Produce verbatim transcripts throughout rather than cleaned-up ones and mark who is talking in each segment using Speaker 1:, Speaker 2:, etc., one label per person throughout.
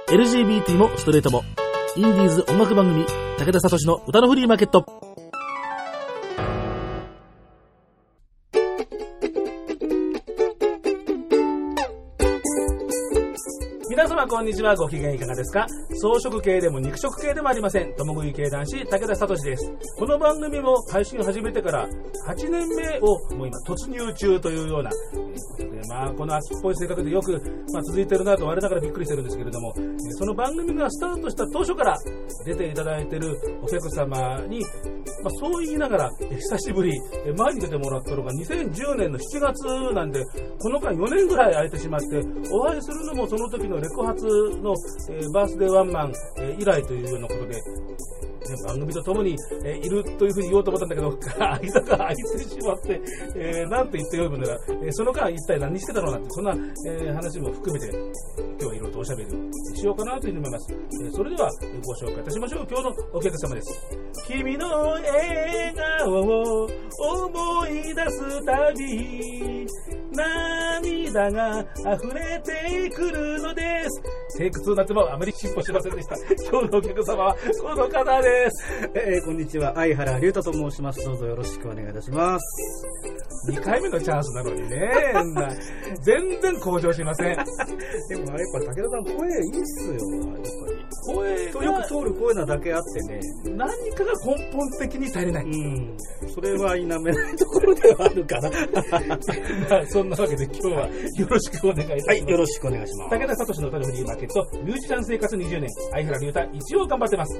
Speaker 1: エルジービーティー もストレートもインディーズ音楽番組武田聡の歌のフリーマーケット。皆様こんにちは。ご機嫌いかがですか？草食系でも肉食系でもありません。共食い系男子武田聡です。この番組も配信を始めてからはちねんめをもう今突入中というようなことで、まあこの秋っぽい性格でよく、まあ、続いてるなと我ながらびっくりしてるんですけれども、その番組がスタートした当初から出ていただいているお客様に、まあ、そう言いながら久しぶり前に出てもらったのがにせんじゅうねんのしちがつなんで、この間よねんぐらい空いてしまって、お会いするのもその時のレコ発の、えー、バースデーワンマン、えー、以来というようなことで、ね、番組とともに、えー、いるというふうに言おうと思ったんだけど間が空いてしまって、えー、なんと言ってよいものが、えー、その間一体何してたのなんて、そんな、えー、話も含めて今日はいろいろとおしゃべりをしようかなというふうに思います。えー、それではご紹介いたしましょう。今日のお客様です。君の笑顔を思い出すたび涙が溢れてくるのです。テイクツーになってもあまり進歩しませんでした。今日のお客様はこの方です。
Speaker 2: えー、こんにちは、相原龍太と申します。どうぞよろしくお願いいたします。
Speaker 1: にかいめのチャンスなのにね全然向上しません。
Speaker 2: でもやっぱ武田さん声いいっすよ。やっぱり
Speaker 1: 声が
Speaker 2: よく通る声なだけあってね、
Speaker 1: 何かが根本的に足りない。
Speaker 2: うん、それは否めないところではあるかな
Speaker 1: まあそんなわけで今日はよろしくお願いいたします。
Speaker 2: はい、よろしくお願いします。
Speaker 1: 武田聡の歌のフリーマーケット、ミュージシャン生活にじゅうねん、相原龍太一応頑張ってます。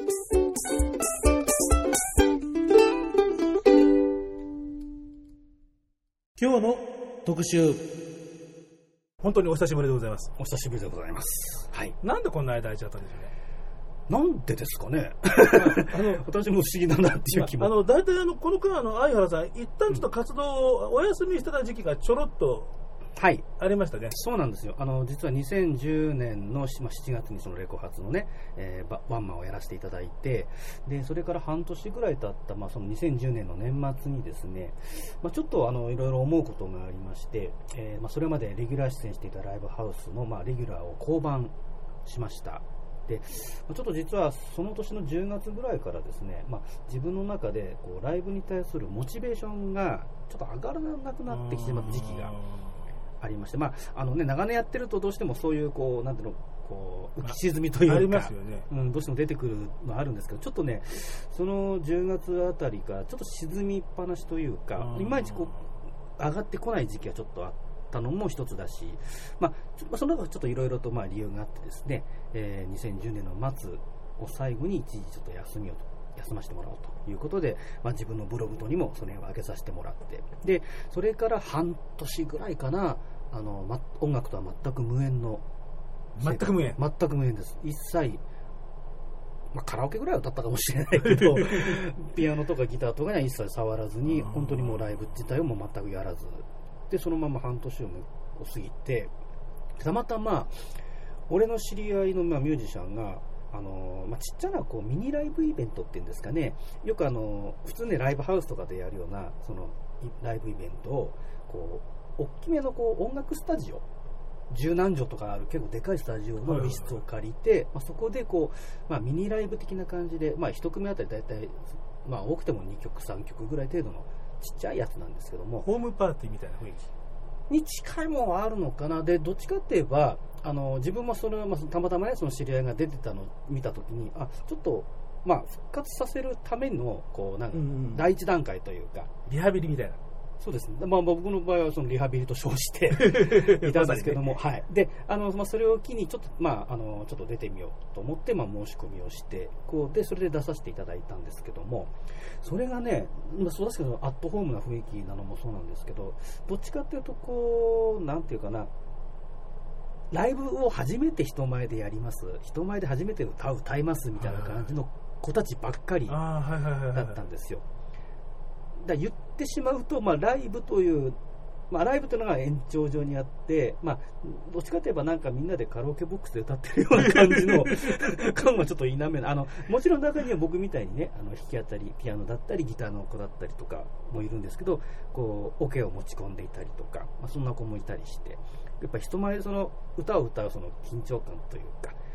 Speaker 1: 今日の特集、本当にお久しぶりでございます。
Speaker 2: お久しぶりでございます。はい。
Speaker 1: なんでこんな間空いちゃったんでしょうね。
Speaker 2: なんでですかね。あの私も不思議だなっていう気も。
Speaker 1: あの大体あのこの間あの相原さん一旦ちょっと活動をお休みしてた時期がちょろっとありましたね。はい、
Speaker 2: そうなんですよ。あの実はにせんじゅうねんのしちがつにそのレコ発のね、えー、ワンマンをやらせていただいて、でそれから半年ぐらい経った、まあ、そのにせんじゅうねんの年末にですね、まあ、ちょっとあのいろいろ思うことがありまして、えーまあ、それまでレギュラー出演していたライブハウスの、まあ、レギュラーを降板しました。でちょっと実はその年のじゅうがつぐらいからですね、まあ、自分の中でこうライブに対するモチベーションがちょっと上がらなくなってきてしまった時期がありまして、まああのね、長年やってるとどうしてもそういうこうなんていうのこう浮き沈みというか
Speaker 1: あ, ありますよね、
Speaker 2: うん、どうしても出てくるのはあるんですけど、ちょっとねそのじゅうがつあたりからちょっと沈みっぱなしというか、いまいちこう上がってこない時期はちょっとあったのも一つだし、まあ、その中ちょっといろいろとまあ理由があってですね、えー、にせんじゅうねんの末を最後に一時ちょっと休みをと休ませてもらおうということで、まあ、自分のブログ等にもその辺を上げさせてもらって、でそれから半年ぐらいかな、あの、ま、音楽とは全く無縁の
Speaker 1: 全く無縁
Speaker 2: 全く無縁です。一切、まあ、カラオケぐらいは歌ったかもしれないけどピアノとかギターとかには一切触らずに、本当にもうライブ自体をもう全くやらずで、そのまま半年を過ぎて、たまたま俺の知り合いのまあミュージシャンがあのまあ、ちっちゃなこうミニライブイベントっていうんですかね、よくあの普通ねライブハウスとかでやるようなそのライブイベントをこう大きめのこう音楽スタジオ十何畳とかある結構でかいスタジオの一室を借りて、まあ、そこでこう、まあ、ミニライブ的な感じで、まあ、いち組あたりだいたい、まあ、多くてもにきょくさんきょくぐらい程度のちっちゃいやつなんですけども、
Speaker 1: ホームパーティーみたいな雰囲気
Speaker 2: に近いものはあるのかな。でどっちかって言えばあの自分もそれは、まあ、たまたまねその知り合いが出てたのを見たときに、あちょっと、まあ、復活させるためのこうなんか第一段階というか、
Speaker 1: うんうん、リハビリみたいな。
Speaker 2: そうですね、まあ、僕の場合はそのリハビリと称していたんですけども、はい、であの、まあ、それを機にちょっと、まあ、あのちょっと出てみようと思って、まあ、申し込みをしてこうでそれで出させていただいたんですけども、それがね、まあ、そうですけどアットホームな雰囲気なのもそうなんですけど、どっちかっていうとこうなんていうかな、ライブを初めて人前でやります、人前で初めて歌う歌いますみたいな感じの子たちばっかりだったんですよ。だ言ってしまうと、まあ、ライブという、まあ、ライブというのが延長上にあって、まあ、どっちかといえばなんかみんなでカラオケボックスで歌ってるような感じの感はちょっと否めない。あのもちろん中には僕みたいにね、あの弾き語りピアノだったりギターの子だったりとかもいるんですけど、こうオケを持ち込んでいたりとか、まあ、そんな子もいたりして、やっぱ人前でその歌を歌うその緊張感というか、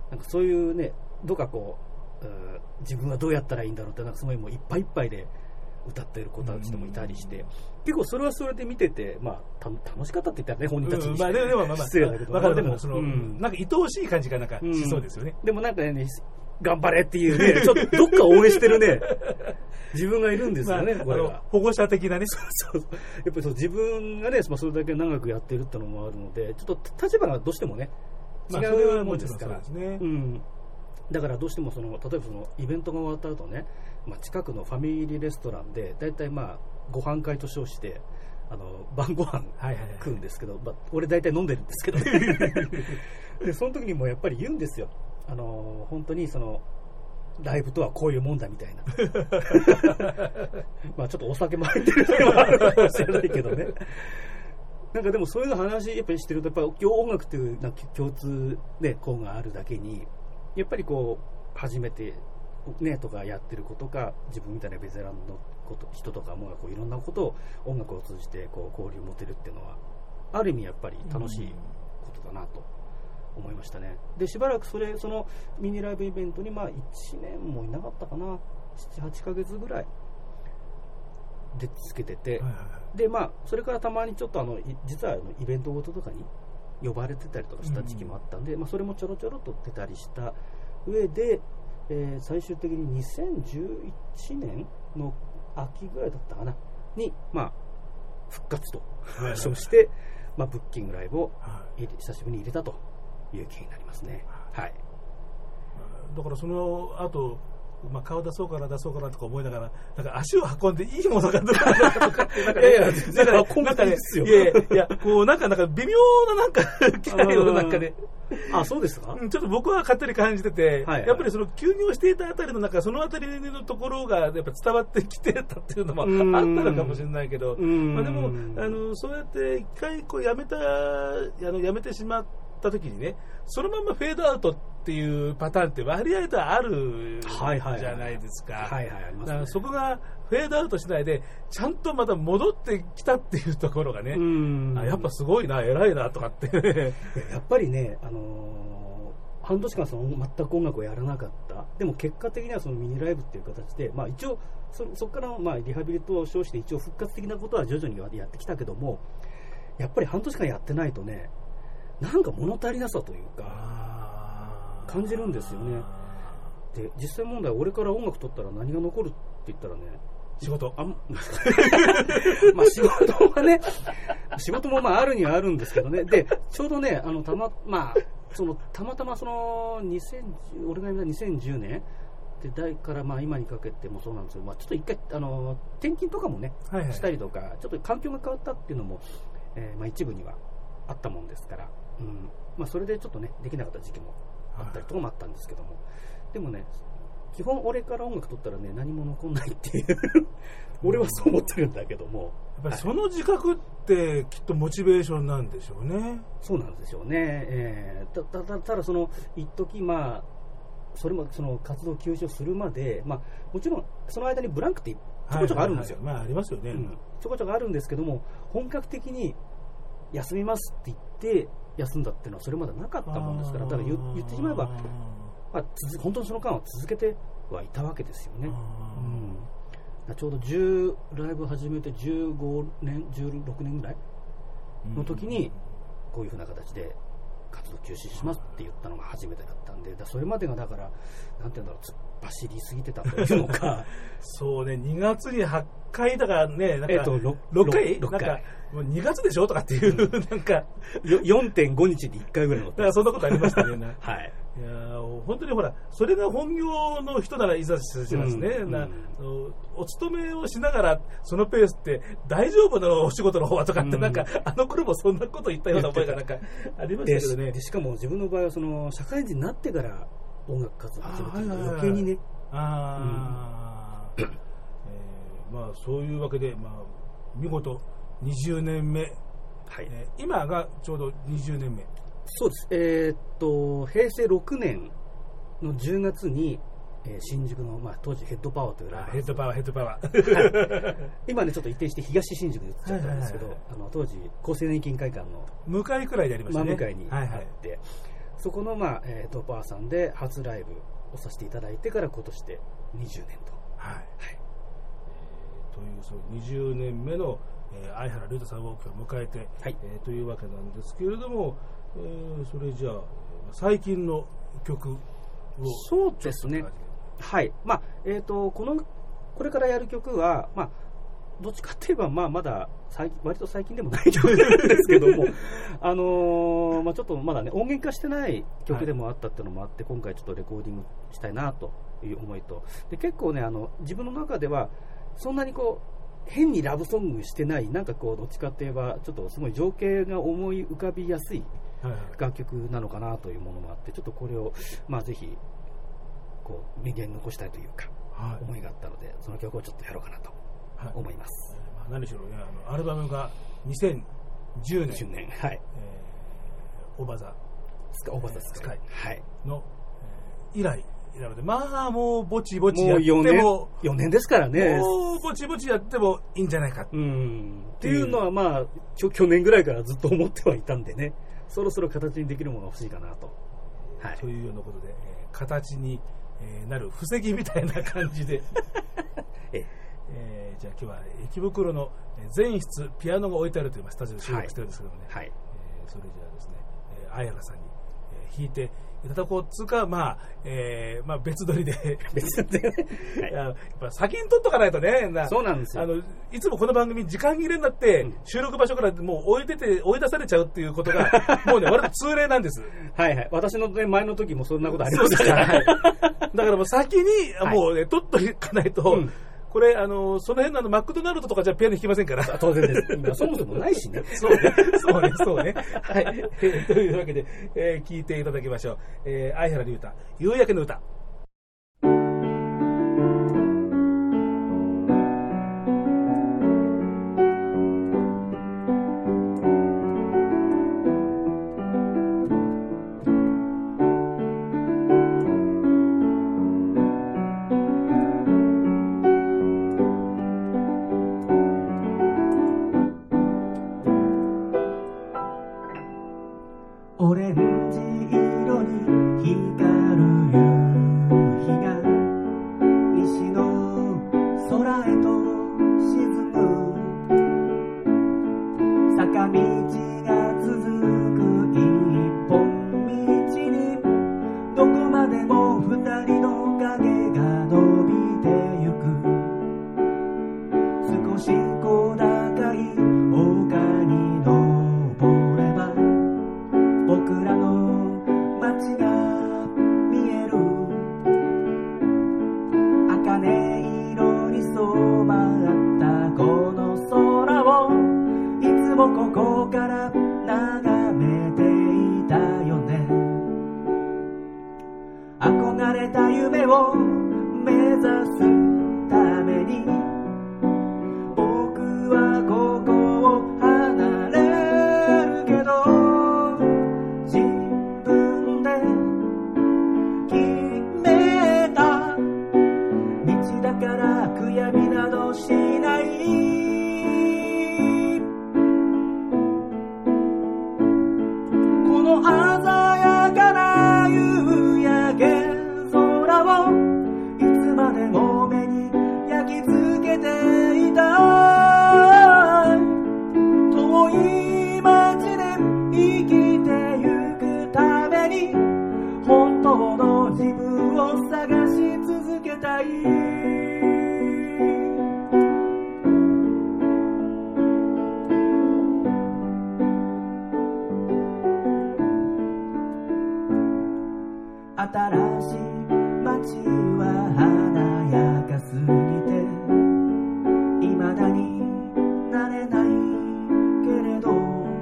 Speaker 2: なんかそういうね、どっかこう、う自分はどうやったらいいんだろうって、なんかすごいもういっぱいいっぱいで歌ってる子たちもいたりして、うん、結構それはそれで見てて、まあ、た楽しかったって言ったらね、本人たちに、うん、まあ、でもまあまあ
Speaker 1: 失礼だけど、まあ、でもその、うん、なんか愛おしい感じがなんかしそうですよね。
Speaker 2: うん、でもなんかね、頑張れっていうね、ちょっとどっか応援してるね、自分がいるんですよね、まあ、これは。
Speaker 1: 保護者的なね。
Speaker 2: そうそう。やっぱりそう自分がね、まあ、それだけ長くやってるってのもあるので、ちょっと立場がどうしてもね、違うもんですから。まあ、それはもちろんそうですね。うん。だからどうしてもその、例えばそのイベントが終わった後ね、まあ、近くのファミリーレストランで、だいたいまあ、ご飯会と称して、あの晩ご飯食うんですけど、はいはいはい、まあ、俺大体飲んでるんですけど、ね、でその時にもやっぱり言うんですよ。あの本当にそのライブとはこういうもんだみたいなまあちょっとお酒も入ってるのもあるかもしれないけどねなんかでもそういう話やっぱりしてると、やっぱり音楽っていうなんか共通で項があるだけに、やっぱりこう初めてねとかやってる子とか、自分みたいなベテランのこと人とかもこういろんなことを音楽を通じてこう交流を持てるっていうのは、ある意味やっぱり楽しいことだなと思いましたね。でしばらくそれそのミニライブイベントにまあいちねんもいなかったかな、ななはちかげつぐらい出続けてて、はいはいはい、でまあそれからたまにちょっとあの実はあのイベントごととかに呼ばれてたりとかした時期もあったんで、うん、まあ、それもちょろちょろと出たりした上で、えー、最終的ににせんじゅういちねんの秋ぐらいだったかなに、まあ、復活と称して、まあ、ブッキングライブを久しぶりに入れたという経緯になりますね。はい。
Speaker 1: だからその後、まあ、顔出そうかな出そうかなとか思いながら、なんか足を運んでいいものがどうかなとかってなんか、ね、いやいやなんかなんかね、いやいやこうなんかなんか微妙ななんか機会をなんかね。
Speaker 2: あ、そうですか。
Speaker 1: ちょっと僕は勝手に感じてて、はいはい、やっぱりその休業していたあたりの中、そのあたりのところがやっぱ伝わってきてたっていうのもあったのかもしれないけど、まあ、でもあのそうやって一回こうやめたあのやめてしまった時にね、そのままフェードアウトっていうパターンって割合とあるじゃないですか。そこがフェードアウトしないでちゃんとまた戻ってきたっていうところがね、あやっぱすごいな、偉いなとかって
Speaker 2: やっぱりね、あのー、半年間その全く音楽をやらなかった。でも結果的にはそのミニライブっていう形で、まあ、一応 そ, そこからのまあリハビリと称して一応復活的なことは徐々にやってきたけども、やっぱり半年間やってないとね、なんか物足りなさというか感じるんですよね。で実際問題、俺から音楽取ったら何が残るって言ったらね、
Speaker 1: 仕事
Speaker 2: あまあ仕事はね仕事もまああるにはあるんですけどね。でちょうどね、あのたままあそのたまたまそのにせんじゅう俺が見たにせんじゅうねんで代からまあ今にかけてもそうなんですけど、まあ、ちょっと一回あの転勤とかもね、はいはい、したりとかちょっと環境が変わったっていうのも、えーまあ、一部にはあったもんですから、うんまあ、それでちょっとねできなかった時期もあったりとかもあったんですけども、はい、でもね基本俺から音楽取ったらね何も残んないっていう俺はそう思ってるんだけども、
Speaker 1: やっぱりその自覚ってきっとモチベーションなんでしょうね。
Speaker 2: そうなんですよね、えー、た, た, ただその一時まあそれもその活動休止をするまで、まあ、もちろんその間にブランクってちょこちょこあるんですよ、
Speaker 1: はいはいはい、まあありますよね、
Speaker 2: うん、ちょこちょこあるんですけども、本格的に休みますって言って休んだっていうのはそれまでなかったもんですから、だから 言, 言ってしまえば、まあ、本当にその間は続けてはいたわけですよね。うん、ちょうどじゅうライブ始めてじゅうごねんじゅうろくねんぐらいの時にこういうふうな形で活動休止しますって言ったのが初めてだったんで、だそれまでがだからなんていうんだろう、突っ走りすぎてたというのか
Speaker 1: そうね、にがつにはちかいだからね、なんか、
Speaker 2: えっと、
Speaker 1: ろっかい、ろっかいなんかもうにがつでしょとかっていう、うん、なんか
Speaker 2: よんてんごにちにいっかいぐらいの
Speaker 1: だからそんなことありましたね
Speaker 2: はい、
Speaker 1: いや本当にほら、それが本業の人ならいざしますね、うん、なお勤めをしながらそのペースって大丈夫なのお仕事の方はとかって、うん、なんかあの頃もそんなこと言ったような覚えがなんかありましたけどね。
Speaker 2: ででしかも自分の場合はその社会人になってから音楽活動を始めてると余計にね、
Speaker 1: あ、うん、えー、まあそういうわけで、まあ、見事にじゅうねんめ、はい、えー、今がちょうどにじゅうねんめ。
Speaker 2: そうです、えー、っと平成ろくねんのじゅうがつに、えー、新宿の、まあ、当時ヘッドパワーというライブ、
Speaker 1: ヘッドパワーヘッドパワー、
Speaker 2: はい、今ねちょっと移転して東新宿に移っちゃったんですけど、はいはいはいはい、あの当時厚生年金会館の
Speaker 1: 向かいくらいでありましたね、
Speaker 2: 真向かいにあって、はいはい、 そこの、まあえー、とバーさんで初ライブをさせていただいてから今年でにじゅうねんと、
Speaker 1: はいはい、えー、というそうにじゅうねんめの、えー、相原龍太さんを今日迎えて、はいえー、というわけなんですけれども、えー、それじゃあ最近の曲を
Speaker 2: そうですね、はいまあえー、とこのこれからやる曲は、まあ、どっちかって言えば、まあ、まだ最割と最近でもない曲なんですけどもあのーまあ、ちょっとまだね音源化してない曲でもあったっていうのもあって、はい、今回ちょっとレコーディングしたいなという思いと、で結構ねあの自分の中ではそんなにこう変にラブソングしてない、なんかこうどっちかって言えばちょっとすごい情景が思い浮かびやすい楽曲なのかなというものもあって、ちょっとこれを、まあ、ぜひこうメディアに残したいというか、はい、思いがあったので、その曲をちょっとやろうかなと思います。
Speaker 1: はい、えーまあ、何しろね、あのアルバムがにせんじゅうねん、
Speaker 2: じゅうねん、はい、
Speaker 1: えー、オーバーザ
Speaker 2: オーバーザスカイ
Speaker 1: の、えー、以来なので、まあもうぼちぼちやっても、もう
Speaker 2: よねん、よねんですからね、
Speaker 1: もうぼちぼちやってもいいんじゃないかっていう、
Speaker 2: うんっていうのは、まあ去年ぐらいからずっと思ってはいたんでね、そろそろ形にできるものが欲しいかなと、
Speaker 1: はい、というようなことで、えー、形に、えー、なる布石みたいな感じでええー、じゃあ今日は駅袋の全室ピアノが置いてあるというスタジオで収録してるんですけどもね、はいはい、えー、それじゃあですね、えー、相原さんに、えー、弾いていただこうつうか、まあえーまあ、別撮りで別撮りで、はい、やっぱ先に撮っとかないとね、な
Speaker 2: そうなんですよ、
Speaker 1: あのいつもこの番組時間切れになって、うん、収録場所からもう置いてて追い出されちゃうっていうことがもうね割と通例なんです
Speaker 2: はいはい、私の、ね、前の時もそんなことありましたから、はい、
Speaker 1: だからもう先にもうね、はい、撮っといかないと、うん、これあのその辺のあのマクドナルドとかじゃピアノ弾きませんから。
Speaker 2: 当然です。今そもそもないしね。
Speaker 1: そうね、そうね、そうね。はい。えー、というわけで、えー、聞いていただきましょう。えー、相原龍太、夕焼けの歌。
Speaker 3: オレンジ色に光る夕日が西の空へと沈む、坂道が続く一本道にどこまでも二人の影が伸びてゆく、少し小高い丘に登れば僕らの街が見える、茜色に染まったこの空をいつもここから眺めていたよね。憧れた夢を目指すために僕はここを離れるけど、自分で決めた道だから悔やみなどしない。この鮮やかな夕焼け空をいつまでも目に焼き付けていたい。遠い街で生きてゆくために本当の自分を探し続けたい。新しい街は華やかすぎて未だに慣れないけれど、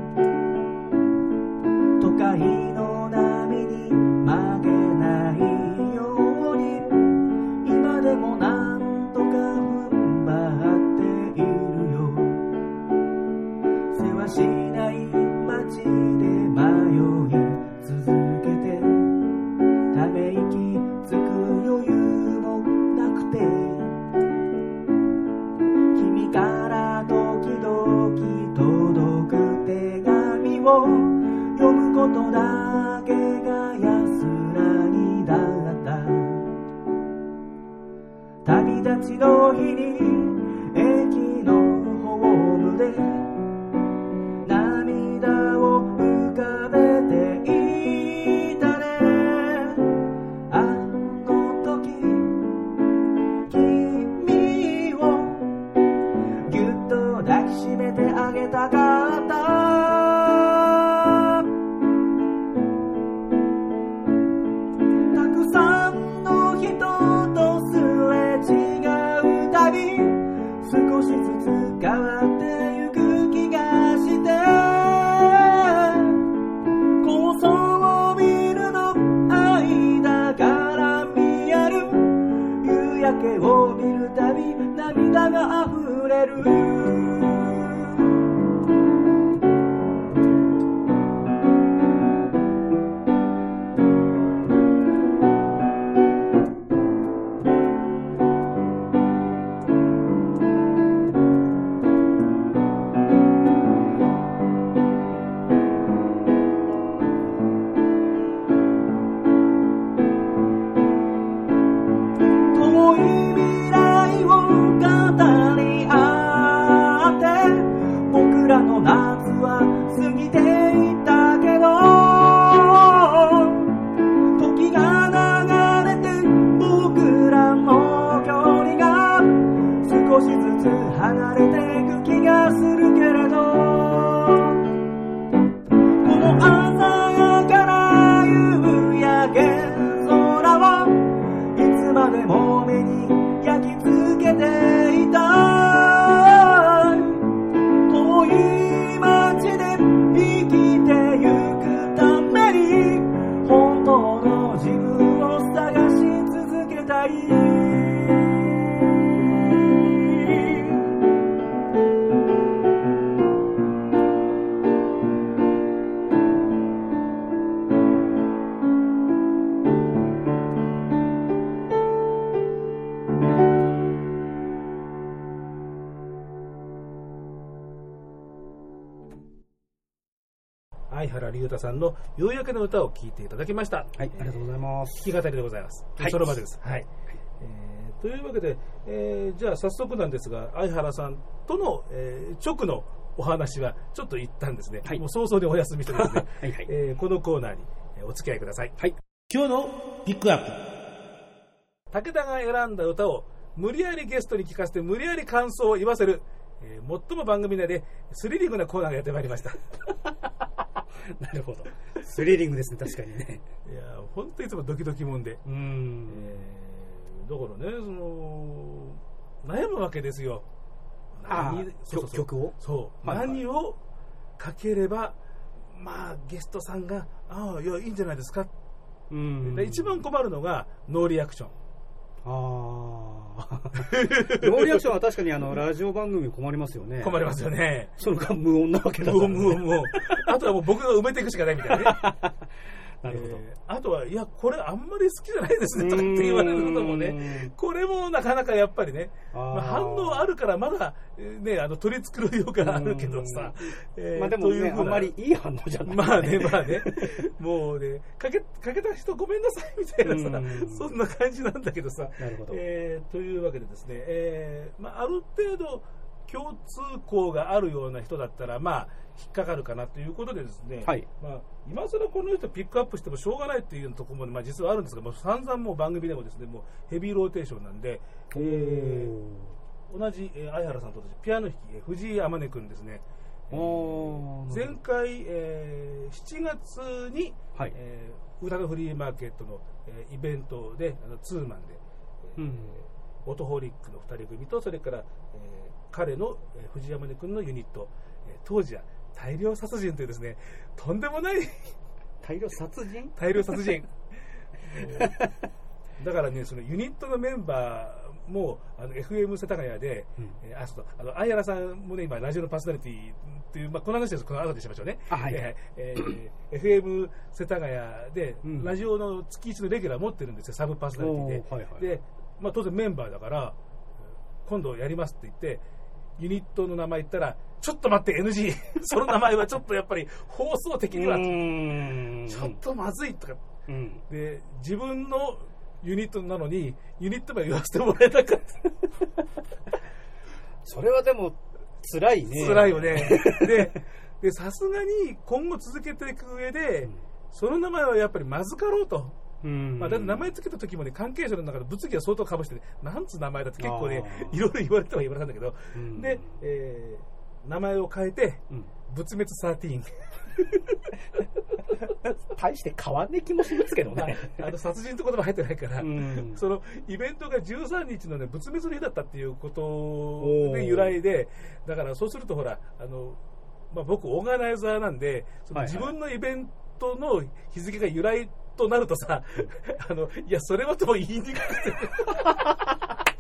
Speaker 3: 都会の波に曲げないように今でもなんとか踏ん張っているよ。せわしない街で迷い続けてため息つく余裕もなけを見るたび涙が溢れる
Speaker 1: 相原龍太さんの夕焼けの歌を聴いていただきました。
Speaker 2: はい、ありがとうございます。
Speaker 1: 弾き語りでございます。はい、それまでです。はい。えー、というわけで、えー、じゃあ早速なんですが、相原さんとの、えー、直のお話はちょっと言ったんですね。はい、もう早々にお休みしてですね、はいはい、えー、このコーナーにお付き合いください。はい。今日のピックアップ。武田が選んだ歌を無理やりゲストに聞かせて無理やり感想を言わせる、えー、最も番組内でスリリングなコーナーがやってまいりました。
Speaker 2: なるほど。スリリングですね、確かにね。
Speaker 1: いや、本当にいつもドキドキもんで。うーん、えー、だからね、その悩むわけですよ。
Speaker 2: あそうそうそう曲を
Speaker 1: そう、はいはい、何をかければ、まあゲストさんがああいやいいんじゃないですか。うん。で一番困るのがノーリアクション。
Speaker 2: ああ。ノーリアクションは確かにあのラジオ番組困りますよね。
Speaker 1: 困りますよね。
Speaker 2: その間無音なわけだから、ね。
Speaker 1: 無音無音。あとはもう僕が埋めていくしかないみたいなね。
Speaker 2: なるほど、
Speaker 1: えー、あとはいやこれあんまり好きじゃないですねとかって言われることもね、これもなかなかやっぱりね、あ、まあ、反応あるからまだねあの取り繕いようがあるけどさ、
Speaker 2: えー、まあでもねあんまりいい反応じゃない、
Speaker 1: まあねまあねもうねかけかけた人ごめんなさいみたいなさ、そんな感じなんだけどさ。
Speaker 2: なるほど、
Speaker 1: えー、というわけでですね、えーまあ、ある程度共通項があるような人だったらまあ引っかかるかなということでですね、はい、まあ、今更この人ピックアップしてもしょうがないっていうところも、まあ、実はあるんですが、もう散々もう番組でもですねもうヘビーローテーションなんで、えー、同じ、えー、相原さんと私ピアノ弾き、えー、藤井天音君ですね、えー、前回、えー、しちがつに、はい、えー、歌のフリーマーケットの、えー、イベントであのツーマンで、えーうん、オトホリックのふたり組とそれから、えー、彼の、えー、藤井天音君のユニット、えー、当時は大量殺人というですね、とんでもない
Speaker 2: 大量殺人
Speaker 1: 大量殺人だからね、そのユニットのメンバーもあの エフエム 世田谷で、うん、えー、あそうあの相原さんもね今ラジオのパーソナリティっていう、まあ、この話ですこの後でしましょうね。あ、はい、えーえー、エフエム 世田谷で、うん、ラジオの月いちのレギュラー持ってるんですよ、サブパーソナリティで、はいはい、で、まあ、当然メンバーだから今度やりますって言ってユニットの名前言ったらちょっと待って エヌジー その名前はちょっとやっぱり放送的にはちょっとまずいとか、うん、で自分のユニットなのにユニット名言わせてもらえなかった
Speaker 2: それはでも辛いね。
Speaker 1: 辛いよね。でさすがに今後続けていく上で、うん、その名前はやっぱりまずかろうと。うん、まあ、だって名前つけた時もね関係者の中で物議は相当かぶしてね、なんつう名前だって結構ねいろいろ言われては言われたんだけど、うん、で、えー、名前を変えて、うん、仏滅じゅうさん
Speaker 2: 大して変わんねえ気もしますけどね
Speaker 1: あの殺人って言葉入ってないから、うん、そのイベントがじゅうさんにちのね仏滅の日だったっていうことで由来で、だからそうするとほらあの、まあ、僕オーガナイザーなんでその自分のイベントの日付が由来となるとさ、あのいやそれはとも言いにくくて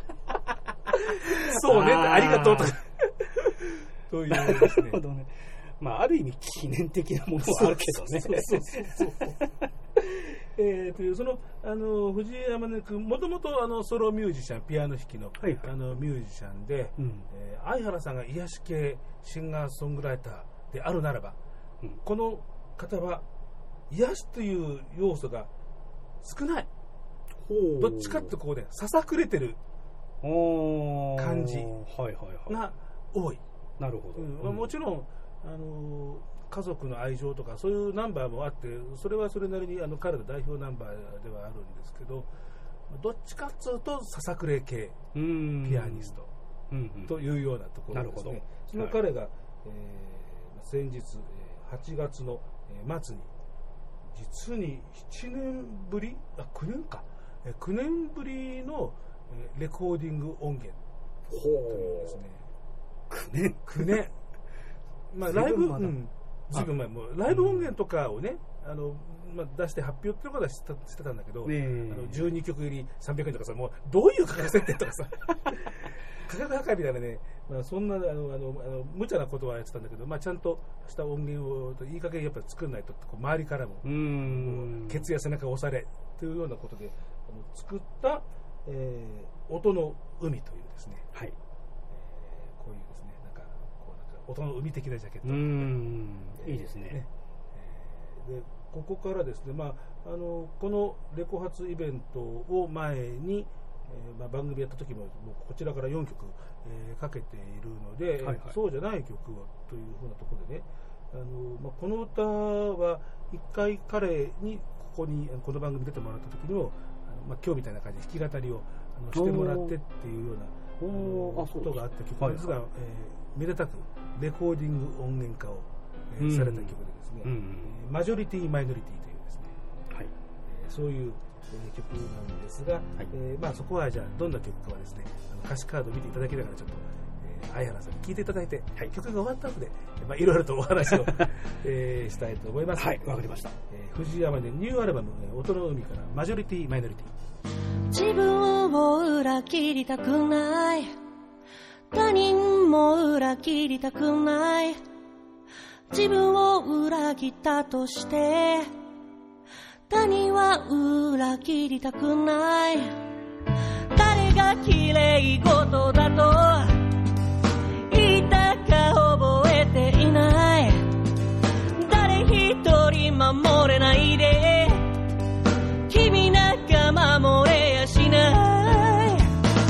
Speaker 1: そうね、ありがとうとか。というですね。
Speaker 2: なるほどね。まあ、ある意味記念的なものはあるけどね。
Speaker 1: そうそうそうそうえー、というそのあの藤山根君、もともとあのソロミュージシャン、ピアノ弾きの、はいはい、あのミュージシャンで、うんえー、相原さんが癒し系シンガーソングライターであるならば、うん、この方は癒しという要素が少ない。どっちかってこうね、ささくれてる感じが多い。
Speaker 2: なるほど。
Speaker 1: うん、もちろんあの家族の愛情とかそういうナンバーもあって、それはそれなりにあの彼の代表ナンバーではあるんですけど、どっちかっていうとささくれ系ピアニストというようなところですね。その彼が、はいえー、先日はちがつの末に実にななねんぶりあきゅうねんかきゅうねんぶりのレコーディング音源というですね。
Speaker 2: きゅうねん
Speaker 1: きゅうねんまあライブ、うん、ずいぶん前もうライブ音源とかをね、うん、あのまあ、出して発表っていうことはしてた、してたんだけど、ね、あのじゅうにきょく入りさんびゃくえんとかさ、もうどういう価格設定とかさ価格破壊みたいなね、まあ、そんなあのあのあの無茶なことはやってたんだけど、まあ、ちゃんとした音源をいい加減やっぱり作らないとこう周りからもうーんケツや背中を押されというようなことであの作った、えー、音の海というですね、はいえー、こういうですねなんかこうなんか音の海的なジャケット、うー
Speaker 2: ん、えー、いいですね。ね
Speaker 1: えー、でここからですね、まあ、あのこのレコ発イベントを前に、えーまあ、番組やった時も、もうこちらからよんきょく、えー、かけているので、はいはい、そうじゃない曲をというふうなところでね、あのまあ、この歌は一回彼にここにこの番組出てもらった時にもあの、まあ、今日みたいな感じで弾き語りをあのしてもらってっていうようなあのことがあった曲なんですが、はいはいえー、めでたくレコーディング音源化を、えーうん、された曲でですね、うんうんマジョリティマイノリティというですね、はいえー、そういう、えー、曲なんですが、はいえーまあ、そこはじゃあどんな曲かはですねあの歌詞カードを見ていただきながらちょっと、えー、相原さんに聴いていただいて、はい、曲が終わった後で、まあ、いろいろとお話を、えー、したいと思います。
Speaker 2: はい、わかりました。
Speaker 1: えー、藤山でニューアルバム「音の海」からマジョリティマイノリティ。
Speaker 4: 自分を裏切りたくない、他人も裏切りたくない、自分を裏切ったとして他人は裏切りたくない、誰が綺麗事だと言ったか覚えていない、誰一人守れないで君なんか守れやしない、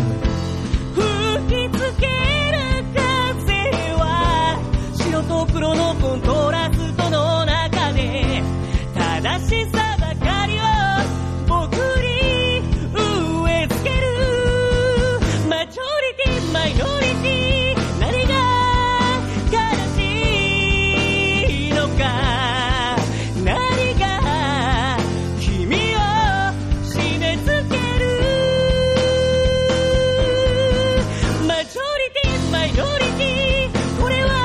Speaker 4: 吹きつける風は白と黒のコントラストの中で正しさばかりを僕に植え付ける、マジョリティマイノリティ何が悲しいのか、何が君を締め付ける、マジョリティマイノリティこれは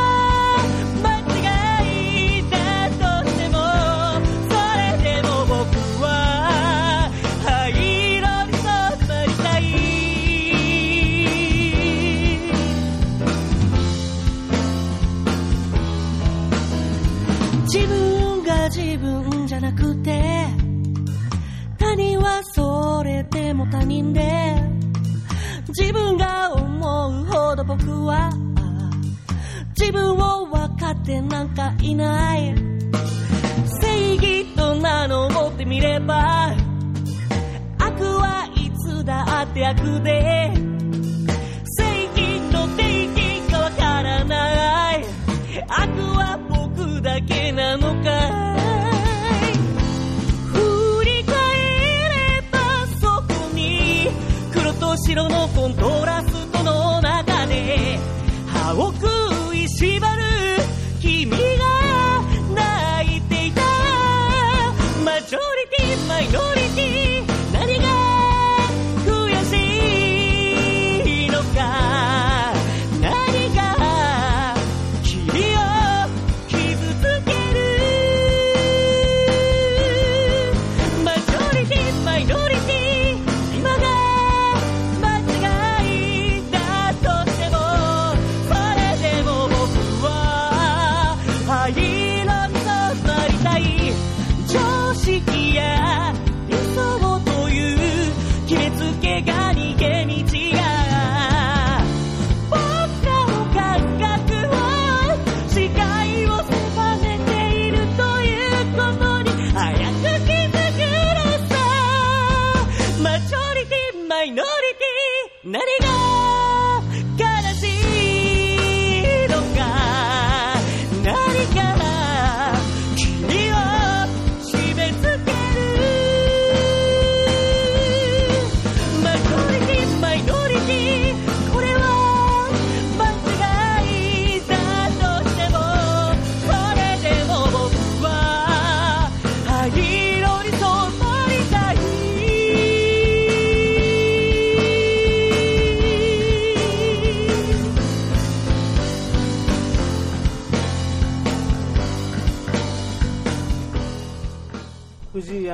Speaker 4: 自分じゃなくて他人はそれでも他人で、自分が思うほど僕は自分を分かってなんかいない、正義と名乗ってみれば悪はいつだって悪で、正義の定義がわからない、悪は僕だけなのかい、振り返ればそこに黒と白のコントラストの中で歯を食いしばる君が泣いていた、マジョリティマイノリティ何が悔しいのか、何が君を傷つける、マジョリティマイノリティ今が間違いだ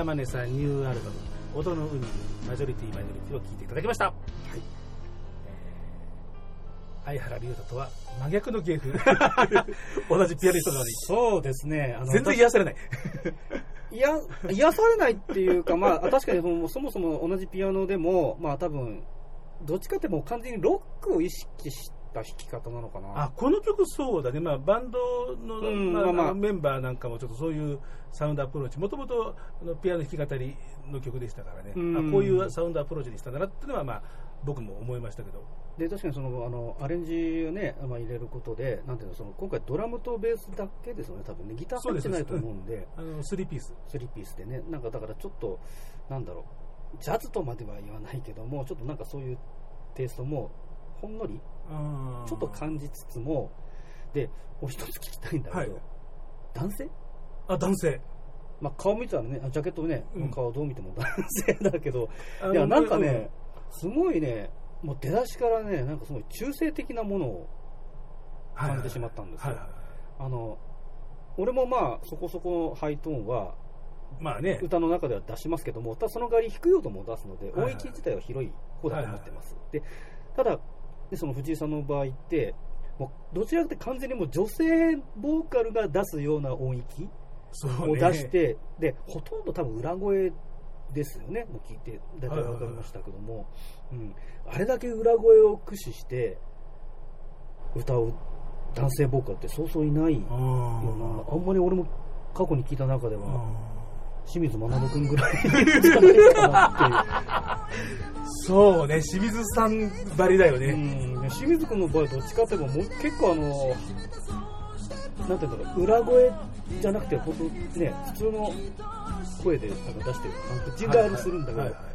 Speaker 1: 山根さんニューアルバム音の海マジョリティマイノリティを聴いていただきました。はい、えー、相原龍太とは真逆の芸風同じピアニストなのに
Speaker 2: そうですね、あの
Speaker 1: 全然癒されない
Speaker 2: いや癒されないっていうか、まあ、確かにそのそもそも同じピアノでも、まあ、多分どっちかってもう完全にロックを意識した弾き方なのかな。
Speaker 1: あ、この曲そうだね、まあ、バンドの、
Speaker 2: うん
Speaker 1: まあ
Speaker 2: まあまあ、
Speaker 1: メンバーなんかもちょっとそういうサウンドアプローチ、もともとピアノ弾き語りの曲でしたからね、
Speaker 2: うん
Speaker 1: あこういうサウンドアプローチにしたんだなっていうのは、まあ、僕も思いましたけど。
Speaker 2: で確かにそのあのアレンジを、ね、まあ、入れることでなんていうの、その今回ドラムとベースだけですよね、多分ね、ギター入ってないと思うんで、
Speaker 1: あのスリーピース
Speaker 2: スリーピースでね、なんかだからちょっとなんだろう、ジャズとまでは言わないけども、ちょっとなんかそういうテイストもほんのりちょっと感じつつも、でお一つ聞きたいんだけど、はい、男性
Speaker 1: あ男性、
Speaker 2: まあ、顔見てたらね、ジャケットね、うん、顔どう見ても男性だけど、
Speaker 1: い
Speaker 2: やなんかね、すごいね、もう出だしからね、なんかすごい中性的なものを感じてしまったんですよ。あの俺もまあそこそこハイトーンは、まあね、歌の中では出しますけども、ただその代わり低い音も出すので、音域自体は広い方だと思ってます。でただでその藤井さんの場合ってもうどちらかというと完全にもう女性ボーカルが出すような音域を出して、ね、でほとんど多分裏声ですよね。もう聞いて大体分かりましたけども、うん、あれだけ裏声を駆使して歌う男性ボーカルってそうそういないような、あんまり俺も過去に聞いた中では清水学君ぐらいじゃないかなっていう
Speaker 1: そうね、清水さんばりだよね。
Speaker 2: うん、清水君の場合どっちかっていうともう結構あのなんていうんだろう、裏声じゃなくて本当ね、普通の声でなんか出してる感じがあるするんだけど、はいはいはい、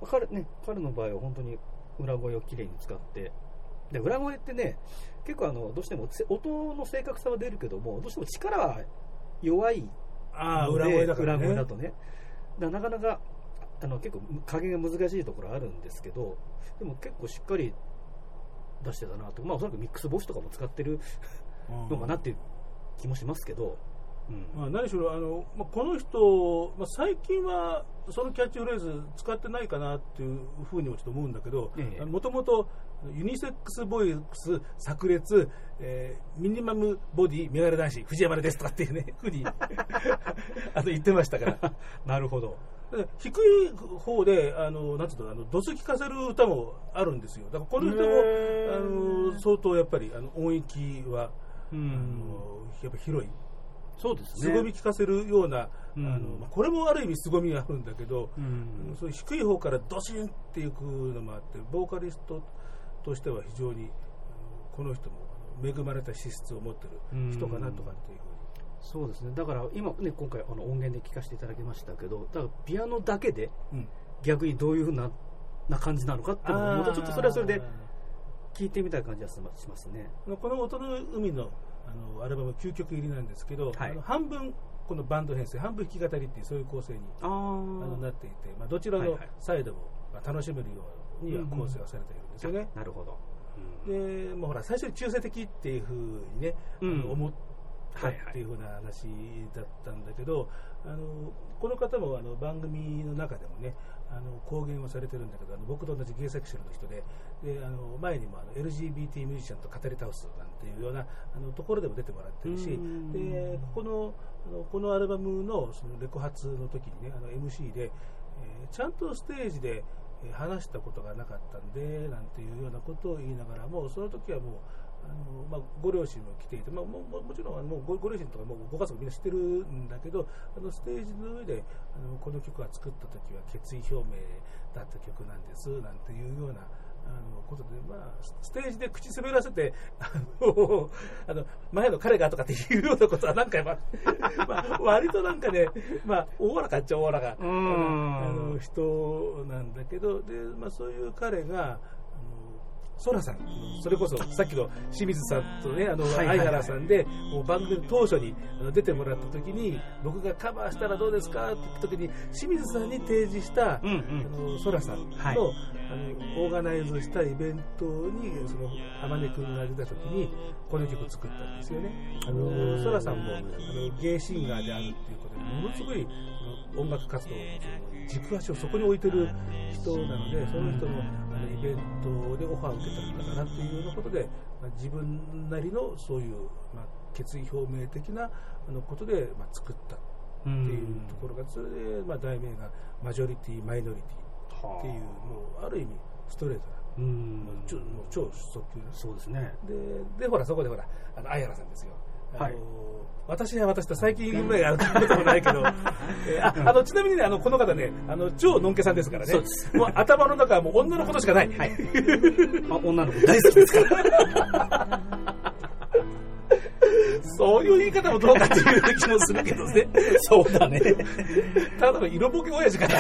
Speaker 2: 彼ね、彼の場合は本当に裏声をきれいに使って、で裏声ってね、結構あのどうしても音の正確さは出るけども、どうしても力は弱いので、
Speaker 1: あ裏声だからね、
Speaker 2: 裏声だとね、だなかなかあの結構加減が難しいところあるんですけど、でも結構しっかり出してたなと、まあおそらくミックスボスとかも使ってるのかなっていう気もしますけど、うん、
Speaker 1: まあ、何しろあの、まあ、この人、まあ、最近はそのキャッチフレーズ使ってないかなっていうふうにもちょっと思うんだけど、もともとユニセックスボイス炸裂、えー、ミニマムボディメガネ男子藤山ですとかっていうねふうにあの言ってましたから
Speaker 2: なるほど。
Speaker 1: 低い方であのなんつうの、あのドス聞かせる歌もあるんですよ。だからこの人もあの相当やっぱりあの音域は、うん、あのやっぱ広い。
Speaker 2: そうですね、
Speaker 1: 凄み聞かせるような、
Speaker 2: うん、
Speaker 1: あのこれもある意味凄みがあるんだけど、
Speaker 2: うん、
Speaker 1: そういう低い方からドシンっていくのもあって、ボーカリストとしては非常にこの人も恵まれた資質を持ってる人かなとかっていうふうに、
Speaker 2: うん、そうですね。だから今ね、今回あの音源で聞かせていただきましたけど、だからピアノだけで逆にどういうふうな、な感じなのかっていうのをまたちょっとそれはそれで聞いてみたい感じがしますね。
Speaker 1: この音の海のあのアルバムきゅうきょく入りなんですけど、はい、あの半分このバンド編成、半分弾き語りっていうそういう構成にあのなっていて、まあ、どちらのサイドも、まあ、楽しめるようには構成はされているんですよね。
Speaker 2: うんうん、なるほど。
Speaker 1: うん、でもうほら最初に中性的っていうふうにね、うん、あの思ったっていうふうな話だったんだけど、あのこの方もあの番組の中でもね、あの公言をされてるんだけど、あの僕と同じゲイセクシュアルの人で、であの前にもあの エルジービーティー ミュージシャンと語り倒すなんていうようなあのところでも出てもらってるし、でここのあのこのアルバムのそのレコ発の時にね、あの エムシー で、えー、ちゃんとステージで話したことがなかったんでなんていうようなことを言いながらも、その時はもうあのまあ、ご両親も来ていて、まあ、も, もちろんあのもう ご, ご両親とかもうご家族みんな知ってるんだけど、あのステージの上であのこの曲が作った時は決意表明だった曲なんですなんていうようなあのことで、まあ、ステージで口滑らせてあのあの前の彼がとかっていうようなことはなんかやっぱ、まあ、割となんかね、まあ、おおらかっちゃおおらかあの人なんだけど、で、まあ、そういう彼がソラさん、それこそさっきの清水さんとね、あの相原さんでもう番組当初に出てもらった時に、僕がカバーしたらどうですかって言った時に清水さんに提示した、うんうん、あのソラさんの、はい、あのオーガナイズしたイベントにその天音くんが出た時にこの曲を作ったんですよね。あのソラさんもあのゲイシンガーであるっていうことで、ものすごい音楽活動、軸足をそこに置いてる人なので、その人のあのイベントでオファーを受けたんだからっていうようなことで、まあ、自分なりのそういう、まあ、決意表明的なあのことで、まあ、作ったっていうところが、それで、まあ、題名がマジョリティマイノリティっていう、もうある意味ストレートな、うん、もう超、もう超速球な。
Speaker 2: そうですね。
Speaker 1: で、でほらそこでほらあの相原さんですよ。
Speaker 2: はい、
Speaker 1: あの私は私と最近夢があることもないけど、えー、ああのちなみにね、あのこの方ね、あの超のんけさんですからね。そうです。もう頭の中はもう女のことしかない。はい。
Speaker 2: まあ、女の子大好きですから。
Speaker 1: そういう言い方もどうかっていう気もするけどね。
Speaker 2: そうだね。
Speaker 1: ただの色ぼけ親父かな。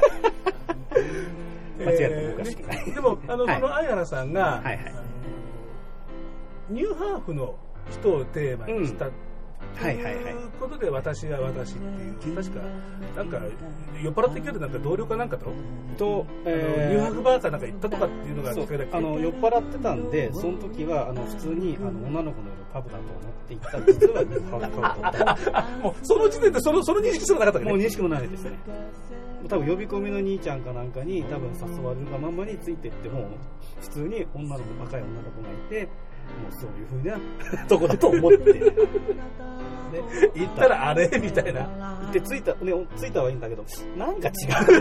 Speaker 2: 間違えたおかしくない。
Speaker 1: でもあの、はい、その相原さんが、
Speaker 2: はいはい、
Speaker 1: ニューハーフの人をテーマにした、うん、ということで、私は私っていう、確かなんか酔っ払ってきてなんか同僚かなんかとと、えー、ニューハーフバーかなんか行ったとかっていうのが聞かれて、
Speaker 2: あの酔っ払ってたんで、その時はあの普通にあの女の子のいるパブだと思って行った。実はニューハーフパブだった。
Speaker 1: もうその時点でそのその認識すらなかったわけね。
Speaker 2: もう認識もないですね。多分呼び込みの兄ちゃんかなんかに多分誘われるがままについてっても、普通に女の子、若い女の子がいて、もうそういう風なとこだと思って、ね、
Speaker 1: 行ったらあれみたいな。
Speaker 2: 行って着いた、ね、着いたはいいんだけど、なんか違う。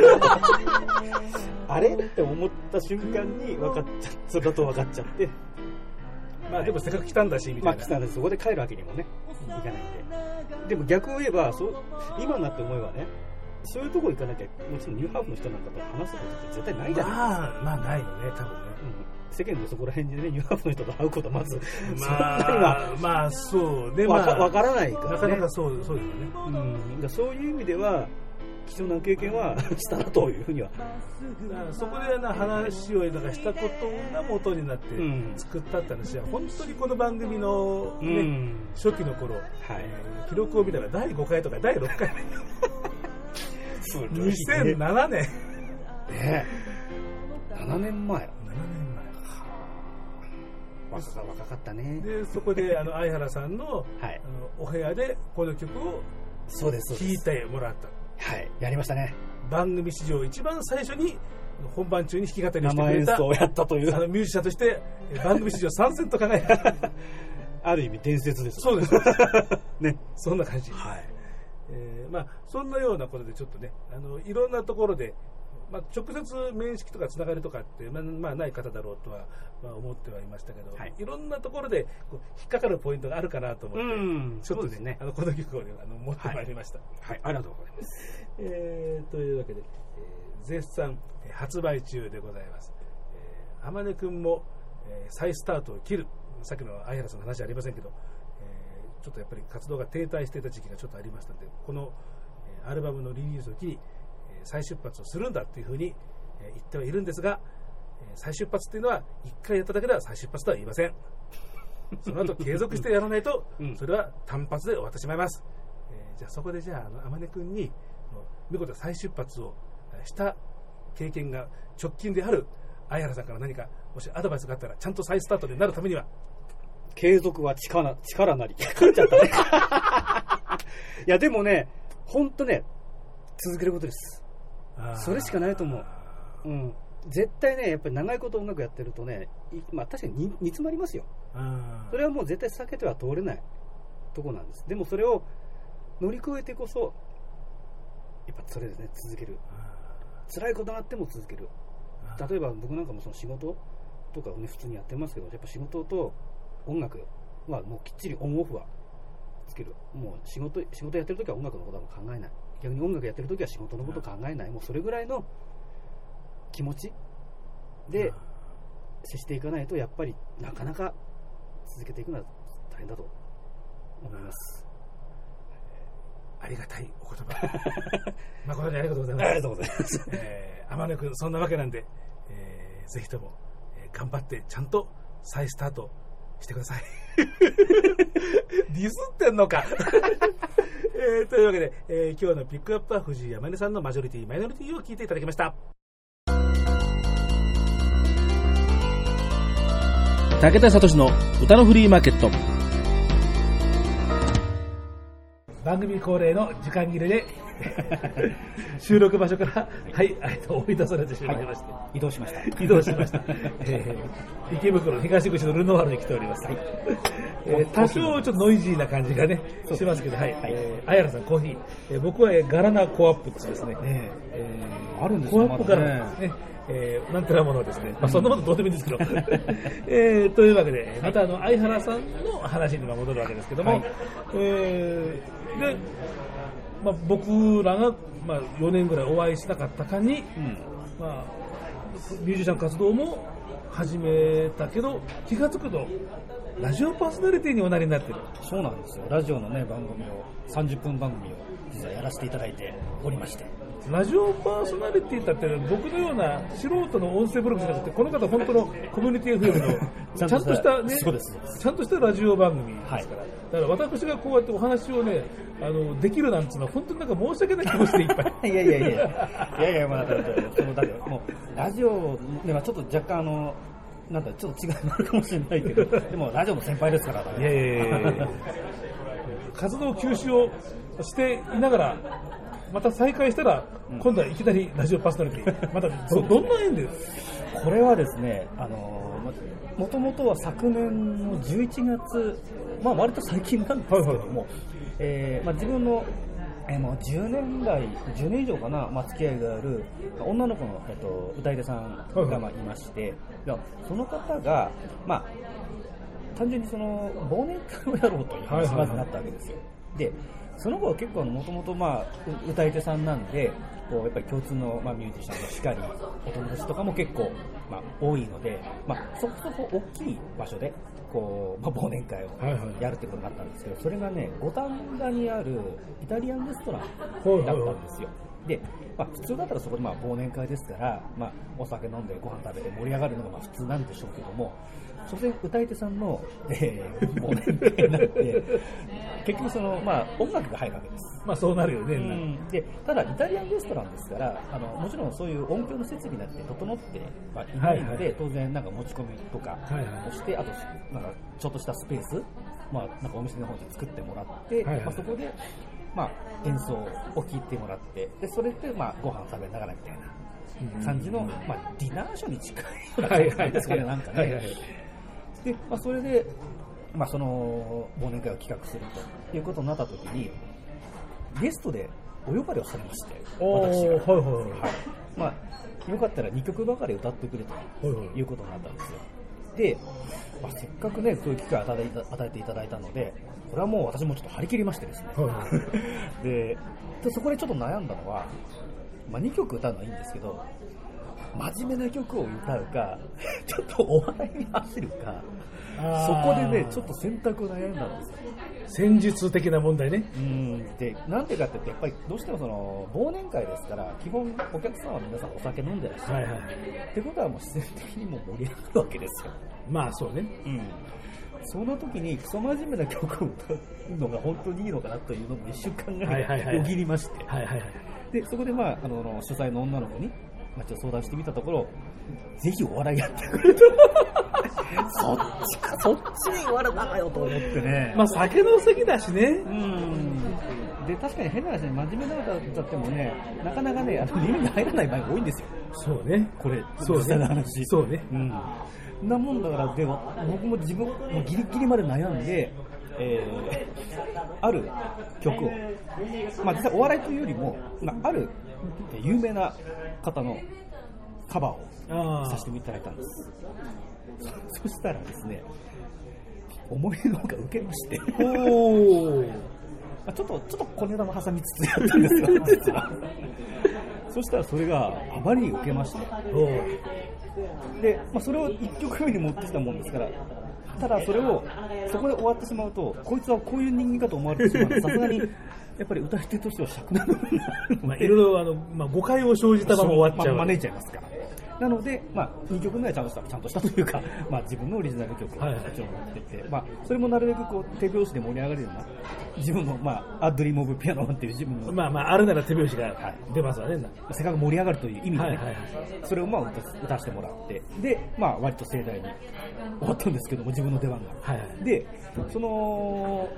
Speaker 2: あれって思った瞬間に分かっちゃ、それだと分かっちゃって。
Speaker 1: まあでもせっかく来たんだしみたいな。
Speaker 2: まあ来たんでそこで帰るわけにもね、いかないんで。でも逆を言えば、そう今になって思えばね、そういうとこ行かなきゃ、もちろんニューハーフの人なんかと話すことって絶対ないじゃないですか。
Speaker 1: まあ、まあないよね、多分ね。
Speaker 2: うん、世間でそこら辺でね、ニューハーフの人と会うことはまず、
Speaker 1: まあ、まあそうね、
Speaker 2: わ、まあ、からないからね。
Speaker 1: なかなかそう、そうですよね。
Speaker 2: うん、だそういう意味では、貴重な経験はしたなというふうには。
Speaker 1: そこでな話をなんかしたことが元になって作ったって話は、うん、本当にこの番組の、ね、うん、初期の頃、はい、えー、記録を見たらだいごかいとかだいろっかい。にせんななねん。
Speaker 2: ねえ。ななねんまえ。ななねんまえ。
Speaker 1: 若,
Speaker 2: 若かったね。
Speaker 1: で、そこであの相原さん の,、はい、あのお部屋でこの曲を
Speaker 2: そうです
Speaker 1: 聴いてもらった。
Speaker 2: はい、やりましたね。
Speaker 1: 番組史上一番最初に本番中に弾き語りをしてくれた
Speaker 2: 生演奏をやったという
Speaker 1: あのミュージシャンとして番組史上参戦と輝いた。
Speaker 2: ある意味伝説です。
Speaker 1: そうです。
Speaker 2: ね、
Speaker 1: そんな感じ。
Speaker 2: はい。
Speaker 1: えー、まあそんなようなことでちょっとね、あのいろんなところで、まあ、直接面識とかつながりとかって、まあ、まあない方だろうとは、まあ、思ってはいましたけど、はい、いろんなところでこう引っかかるポイントがあるかなと思って、うん、ちょっと ね, ねあのこの曲を、ね、あの持ってまいりました。
Speaker 2: はい、はい、ありがとうございます。
Speaker 1: えー、というわけで、えー、絶賛発売中でございます。あまねくんも、えー、再スタートを切る。さっきの相原さんの話はありませんけど、えー、ちょっとやっぱり活動が停滞していた時期がちょっとありましたので、この、えー、アルバムのリリースを機に再出発をするんだというふうに言ってはいるんですが、再出発というのはいっかいやっただけでは再出発とは言いません。その後継続してやらないとそれは単発で終わってしまいます。えー、じゃあそこでじゃああまねくんに見事再出発をした経験が直近である相原さんから何かもしアドバイスがあったら、ちゃんと再スタートになるためには。
Speaker 2: 継続は力、力なり。噛んじゃったね。いやでもね、ほんとね、続けることです。それしかないと思う。うん。絶対ね、やっぱり長いこと音楽やってるとね、まあ確かに煮詰まりますよ。それはもう絶対避けては通れないとこなんです。でもそれを乗り越えてこそ、やっぱそれですね、続ける。辛いことがあっても続ける。例えば僕なんかもその仕事とかをね、普通にやってますけど、やっぱ仕事と音楽はもうきっちりオンオフはつける。もう仕事、仕事やってるときは音楽のことはもう考えない。逆に音楽やってるときは仕事のことを考えない。もうそれぐらいの気持ちで接していかないと、やっぱりなかなか続けていくのは大変だと思います。
Speaker 1: ありがたいお言葉。誠にありがとうございます。
Speaker 2: ありがとうございます。
Speaker 1: えー、天野くん、そんなわけなんで、えー、ぜひとも、えー、頑張ってちゃんと再スタートしてください。ディスってんのか。えー、というわけで、えー、今日のピックアップは藤井山根さんのマジョリティマイノリティを聞いていただきました。武田聡の歌のフリーマーケット。 番組恒例の時間切れで収録場所からはい、えっと追い出されてしまいまして、
Speaker 2: はい、移動しました
Speaker 1: 移動しました、えー、池袋東口のルノワールに来ております、はい、えー、多少ちょっとノイジーな感じがねしますけど、はい、はい、えー、あやらさんコーヒー、えー、僕はガラナコアップってですね、えーえー、あるんですね、コアップガラナですね、えー、なんてなものですね、まあ、そんなものどうでもいいんですけど、えー、というわけでまたあの相原さんの話に戻るわけですけども、はい、えー、で、まあ、僕らが、まあ、よねんぐらいお会いしなかった間に、うん、まあ、ミュージシャン活動も始めたけど気がつくとラジオパーソナリティにおなりになってる。
Speaker 2: そうなんですよ。ラジオの、ね、番組をさんじゅっぷん番組を実はやらせていただいておりまして、
Speaker 1: ラジオパーソナリティだって僕のような素人の音声ブログじゃなくてこの方本当のコミュニティ エフエム のちゃんとしたね、
Speaker 2: そうです
Speaker 1: ちゃんとしたラジオ番組ですから、はい、だから私がこうやってお話をねあのできるなんていうのは本当になんか申し訳ない気持ちでいっぱい
Speaker 2: いやいやいやいやいやまあだからそのだってもうラジオではちょっと若干あのなんかちょっと違いもあるかもしれないけどでもラジオの先輩ですから、ね、
Speaker 1: いやいやいやいや活動休止をしていながらまた再開したら、うん、今度はいきなりラジオパーソナリティまた ど, どんな縁で
Speaker 2: これはですね、あのもともとは昨年のじゅういちがつ、まあ、割と最近なんですけども、はいはいはい、えーまあ、自分の、えー、もうじゅうねん来じゅうねん以上かな、まあ、付き合いがある女の子の、えっと、歌い手さんが、まあ、いまして、はいはい、その方が、まあ、単純にその忘年会をやろうという話にまずなったわけですよ。でその子は結構もともと歌い手さんなんでこうやっぱり共通の、まあ、ミュージシャンのしかりお友達とかも結構、まあ、多いので、まあ、そこそこ大きい場所でこう、まあ、忘年会をやるってことになったんですけど、それがね五反田にあるイタリアンレストランだったんですよ。で、まあ、普通だったらそこでまあ忘年会ですから、まあ、お酒飲んでご飯食べて盛り上がるのがまあ普通なんでしょうけども、そこで歌い手さんの、えー、忘年会になって結局その、まあ、音楽が入るわけです。
Speaker 1: まあそうなるよね、うん、
Speaker 2: でただイタリアンレストランですからあのもちろんそういう音響の設備になって整ってはいないので、はいはい、当然なんか持ち込みとかをして、はいはい、あとなんかちょっとしたスペース、まあ、なんかお店の方で作ってもらって、はいはい、まあ、そこで、まあ、演奏を聴いてもらってでそれで、まあ、ご飯食べながらみたいな感じの、まあ、ディナーショーに近いような感じですかね、なんかね、はいはい、で、まあ、それで、まあ、その忘年会を企画するということになったときにゲストでお呼ばれをされまして、私が、はいはいはいはい、まあ、よかったらにきょくばかり歌ってくれということになったんですよ。で、まあ、せっかくねそういう機会を与えて、与えていただいたのでこれはもう私もちょっと張り切りましてですね、はいはい、で, でそこでちょっと悩んだのは、まあ、にきょく歌うのはいいんですけど真面目な曲を歌うかちょっとお笑いに走るかそこでねちょっと選択を悩んだんですよ。
Speaker 1: 戦術的な問題ね。
Speaker 2: うん、でなんていうかってやっぱりどうしてもその忘年会ですから基本お客さんは皆さんお酒飲んでらっしゃる、はいはい、ってことはもう自然的にも盛り上がるわけですよ。
Speaker 1: まあそうね、
Speaker 2: うん、その時にクソ真面目な曲を歌うのが本当にいいのかなというのも一瞬考えよぎりまして、はいはいはい、でそこで、まあ、あの主催の女の子に、まあ、ちょっと相談してみたところぜひお笑いやってくれとそっちかそっちに言われたかよと思ってね。
Speaker 1: まあ酒の席だしね。う
Speaker 2: ん。で確かに変な話で真面目な歌だってもねなかなかねあの耳に入らない場合が多いんですよ。
Speaker 1: そうね。
Speaker 2: これ
Speaker 1: そうね。
Speaker 2: 話
Speaker 1: そうね。
Speaker 2: うん。なもんだからで僕も自分もギリギリまで悩んで、えー、ある曲をまあ実際お笑いというよりも、まあ、ある有名な方のカバーをさせていただいたんです。そしたらですね思いのほか受けましておちょっとちょっと小ネタも挟みつつやったんですがそしたらそれがあまりに受けましてで、まあ、それをいっきょくめに持ってきたもんですからただそれをそこで終わってしまうとこいつはこういう人間かと思われてしまうさすがにやっぱり歌い手としては尺なのになるので
Speaker 1: いろいろあの、まあ、誤解を生じたまま終わっちゃう、
Speaker 2: まあ、招いちゃいますからなので、まあ、にきょくめはちゃんとした、ちゃんとしたというか、まあ、自分のオリジナル曲をもちろん持ってて、はい、まあ、それもなるべくこう手拍子で盛り上がるような自分の、まあ、アッドリームオブピアノっていう自分の
Speaker 1: まあまああるなら手拍子が出ますわね、はい、
Speaker 2: せっかく盛り上がるという意味で、ね
Speaker 1: はいはいはい、
Speaker 2: それをまあ 歌, 歌わせてもらってで、まあ、割と盛大に終わったんですけども自分の出番が、はいはい、でその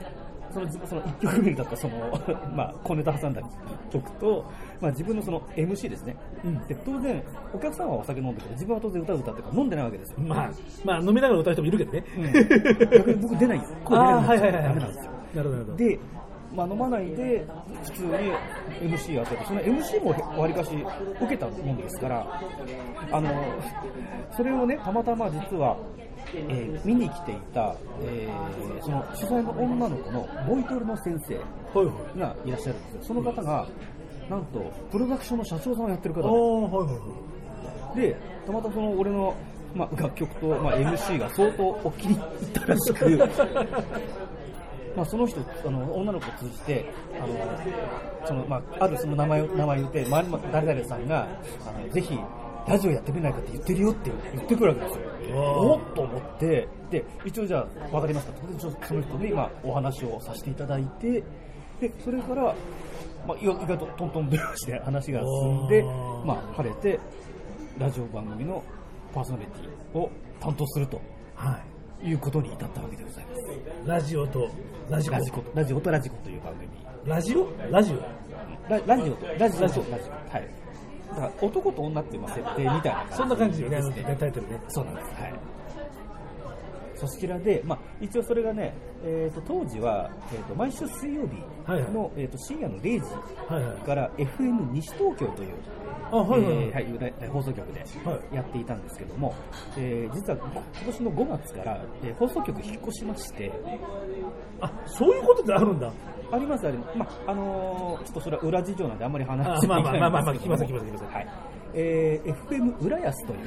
Speaker 2: そのそのいっきょくめだったそのまあ小ネタ挟んだ曲と、まあ、自分のその エムシー ですね、うん、で当然お客さんはお酒飲んでるけど自分は当然歌う歌っていうか飲んでないわけですよ。
Speaker 1: まあまあ飲みながら歌う人もいるけどね。
Speaker 2: うん、逆に僕出ないよ。声出ないんですよ。
Speaker 1: はいはいはい
Speaker 2: ダメなんですよ。
Speaker 1: なるほど。
Speaker 2: で。まあ、飲まないで普通に エムシー やってて、その エムシー もわりかし受けたもんですから、あのそれをねたまたま実は、えー、見に来ていた、えー、その主催の女の子のボイトルの先生がいらっしゃるんですよ。その方がなんとプロダクションの社長さんをやってる方で、はいはいはい、でたまたまその俺の、まあ、楽曲と、まあ、エムシー が相当お気に入ったらしくまあ、その人あの女の子を通じてあのその、まあ、あるその名前を名前を言って周りの誰々さんがあのぜひラジオやってみないかって言ってるよって言ってくるわけですよ。おっと思ってで一応じゃあ分かりますかとその人に、まあ、お話をさせていただいてでそれから、まあ、意外とトントン拍子で話が進んで、まあ、晴れてラジオ番組のパーソナリティを担当すると。はいいうことに至ったわけでございます。
Speaker 1: ラジオとラジコ、
Speaker 2: ラジコとラジオとラジコという番組。
Speaker 1: ラジオ？ラジオ？
Speaker 2: ラ, ラジオとラジオとラジオ。はい。だから男と女っていう設定みたいな感じ、
Speaker 1: そんな感じよね。タイトルね。
Speaker 2: そうなんです。はい。そちらで、まあ一応それがね、えっ、ー、と当時はえっ、ー、と毎週水曜日の、はいはい、えっ、ー、と深夜のれいじから エフエム 西東京という。あはいはいはいえーはい、放送局でやっていたんですけども、はいえー、実は今年のごがつから、えー、放送局引っ越しまして、
Speaker 1: あそういうことってあるんだ。
Speaker 2: ありますあります、まああのー、ちょっとそれは裏事情なんであんまり話してないんですけど、
Speaker 1: まあまあまあまあ聞きます聞きます聞きます、
Speaker 2: はいえー、エフエム 浦安という、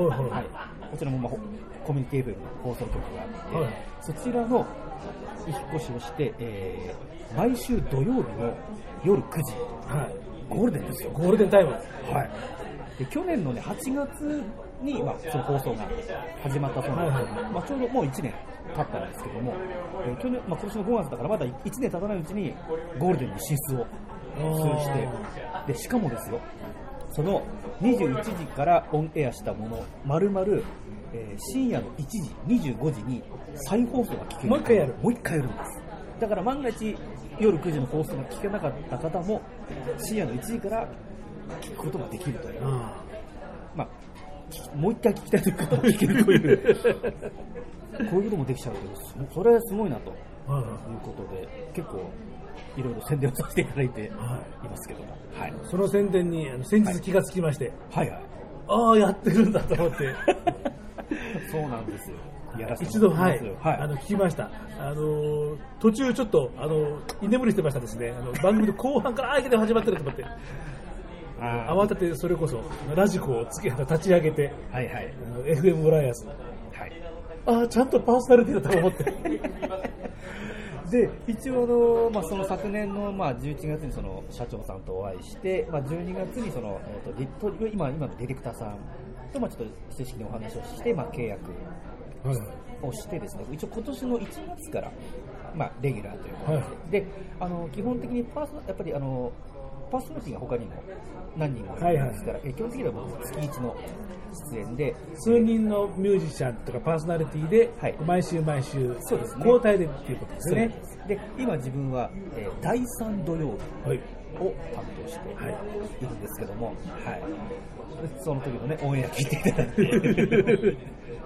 Speaker 2: はいはいはい、こちらも、まあ、コミュニティ エフエム の放送局があって、はい、そちらの引っ越しをして、えー、毎週土曜日の夜くじ、はいゴールデンですよ。
Speaker 1: ゴールデンタイム。はい。
Speaker 2: で去年のねはちがつにまあその放送が始まったそうなんですけど、はいはい、まあちょうどもういちねん経ったんですけども、えー、去年まあ今年のごがつだからまだいちねん経たないうちにゴールデンに進出をするしてでしかもですよ。そのにじゅういちじからオンエアしたもの丸々、えー、深夜のいちじにじゅうごじに再放送が聞ける。
Speaker 1: もう一回やる。
Speaker 2: もう一回やるんです。だから万が一夜くじの放送が聞けなかった方も深夜のいちじから聞くことができるという、うんまあ、もう一回聞きたいという方も聞けるというこういうこともできちゃうというそれはすごいなということで結構いろいろ宣伝をさせていただいていますけども、はい、
Speaker 1: その宣伝に先日気がつきまして、
Speaker 2: はいはいはい、
Speaker 1: ああやってるんだと思って
Speaker 2: そうなんですよ。
Speaker 1: 一度、はい、はい、あの聞きました。あの途中ちょっとあの居眠りしてましたですね。あの番組の後半からあーけで始まってると思って、あ慌ててそれこそラジコをつけ立ち上げて、はいはい、あの エフエム 浦安、はい、ああちゃんとパーソナリティだと思って。
Speaker 2: で一応あの、まあ、その昨年の、まあ、じゅういちがつにその社長さんとお会いして、まあ、じゅうにがつにその、えー、と今今のディレクターさんと、まあ、ちょっと正式にお話をして、まあ、契約をしてですね、一応今年のいちがつから、まあ、レギュラーということで、はい、であの基本的にパーソやっぱりあのパーソナリティが他にも何人もいるんですから、はいはい、基本的には僕月いちの出演で
Speaker 1: 数人のミュージシャンとかパーソナリティで、はい、毎週毎週そうです、ね、交代でっていうことですね。
Speaker 2: で今自分は、えー、だいさん土曜日を担当しているんですけども、はいはい、その時のねオンエア聞いていただいて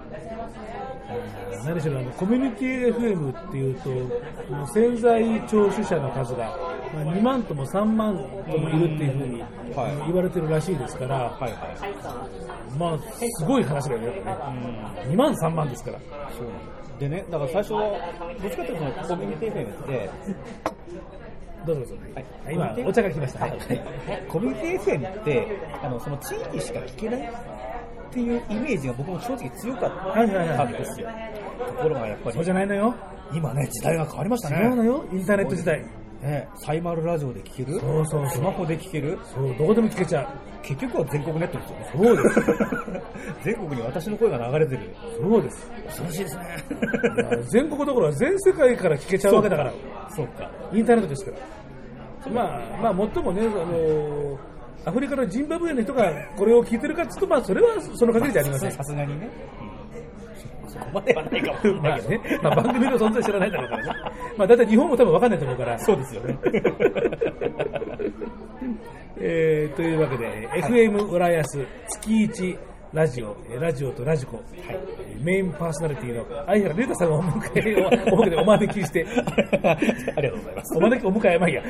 Speaker 1: 何しろあのコミュニティ エフエム っていうと潜在聴取者の数がにまんともさんまんともいるっていうふうに言われてるらしいですから、はいはい、まあすごい話だよね。にまんさんまんですから。
Speaker 2: そうでね、だから最初はどっちかというとコミュニティ エフエム って
Speaker 1: どうぞどうぞ、はい、今お茶が来ました、はいはい、
Speaker 2: コミュニティ エフエム ってあのその地域しか聞けないっていうイメージが僕も正直強かったんですよ、はいはいはい、ところがやっぱり
Speaker 1: そうじゃないのよ。
Speaker 2: 今ね時代が変わりましたね。
Speaker 1: 違うのよ、インターネット時代
Speaker 2: ね、サイマルラジオで聞ける、そうそうそう、スマホで聞ける、
Speaker 1: そうどこでも聞けちゃう。
Speaker 2: 結局は全国ネットですよね。
Speaker 1: そうです
Speaker 2: 全国に私の声が流れてる。
Speaker 1: そうです。
Speaker 2: 恐ろしいですね。
Speaker 1: 全国どころは全世界から聞けちゃうわけだから。
Speaker 2: そうか。
Speaker 1: インターネットですから。まあまあもっともね、あのアフリカのジンバブエの人がこれを聞いてるかっつうと、まあそれはその限りじゃありません。
Speaker 2: さすがにね。 そこまではないかもしれないけどね。
Speaker 1: まあ、番組の存在知らないだろうからね。まあ、だいたい日本も多分分かんないと思うから。
Speaker 2: そうですよね。
Speaker 1: えー、というわけで、はい、エフエム 浦安月一ラジオ、ラジオとラジコ、はい、メインパーソナリティの相原龍太さんをお迎え、お迎えでお招きして、
Speaker 2: ありがとうございます。
Speaker 1: お招き、お迎えはまあいいや、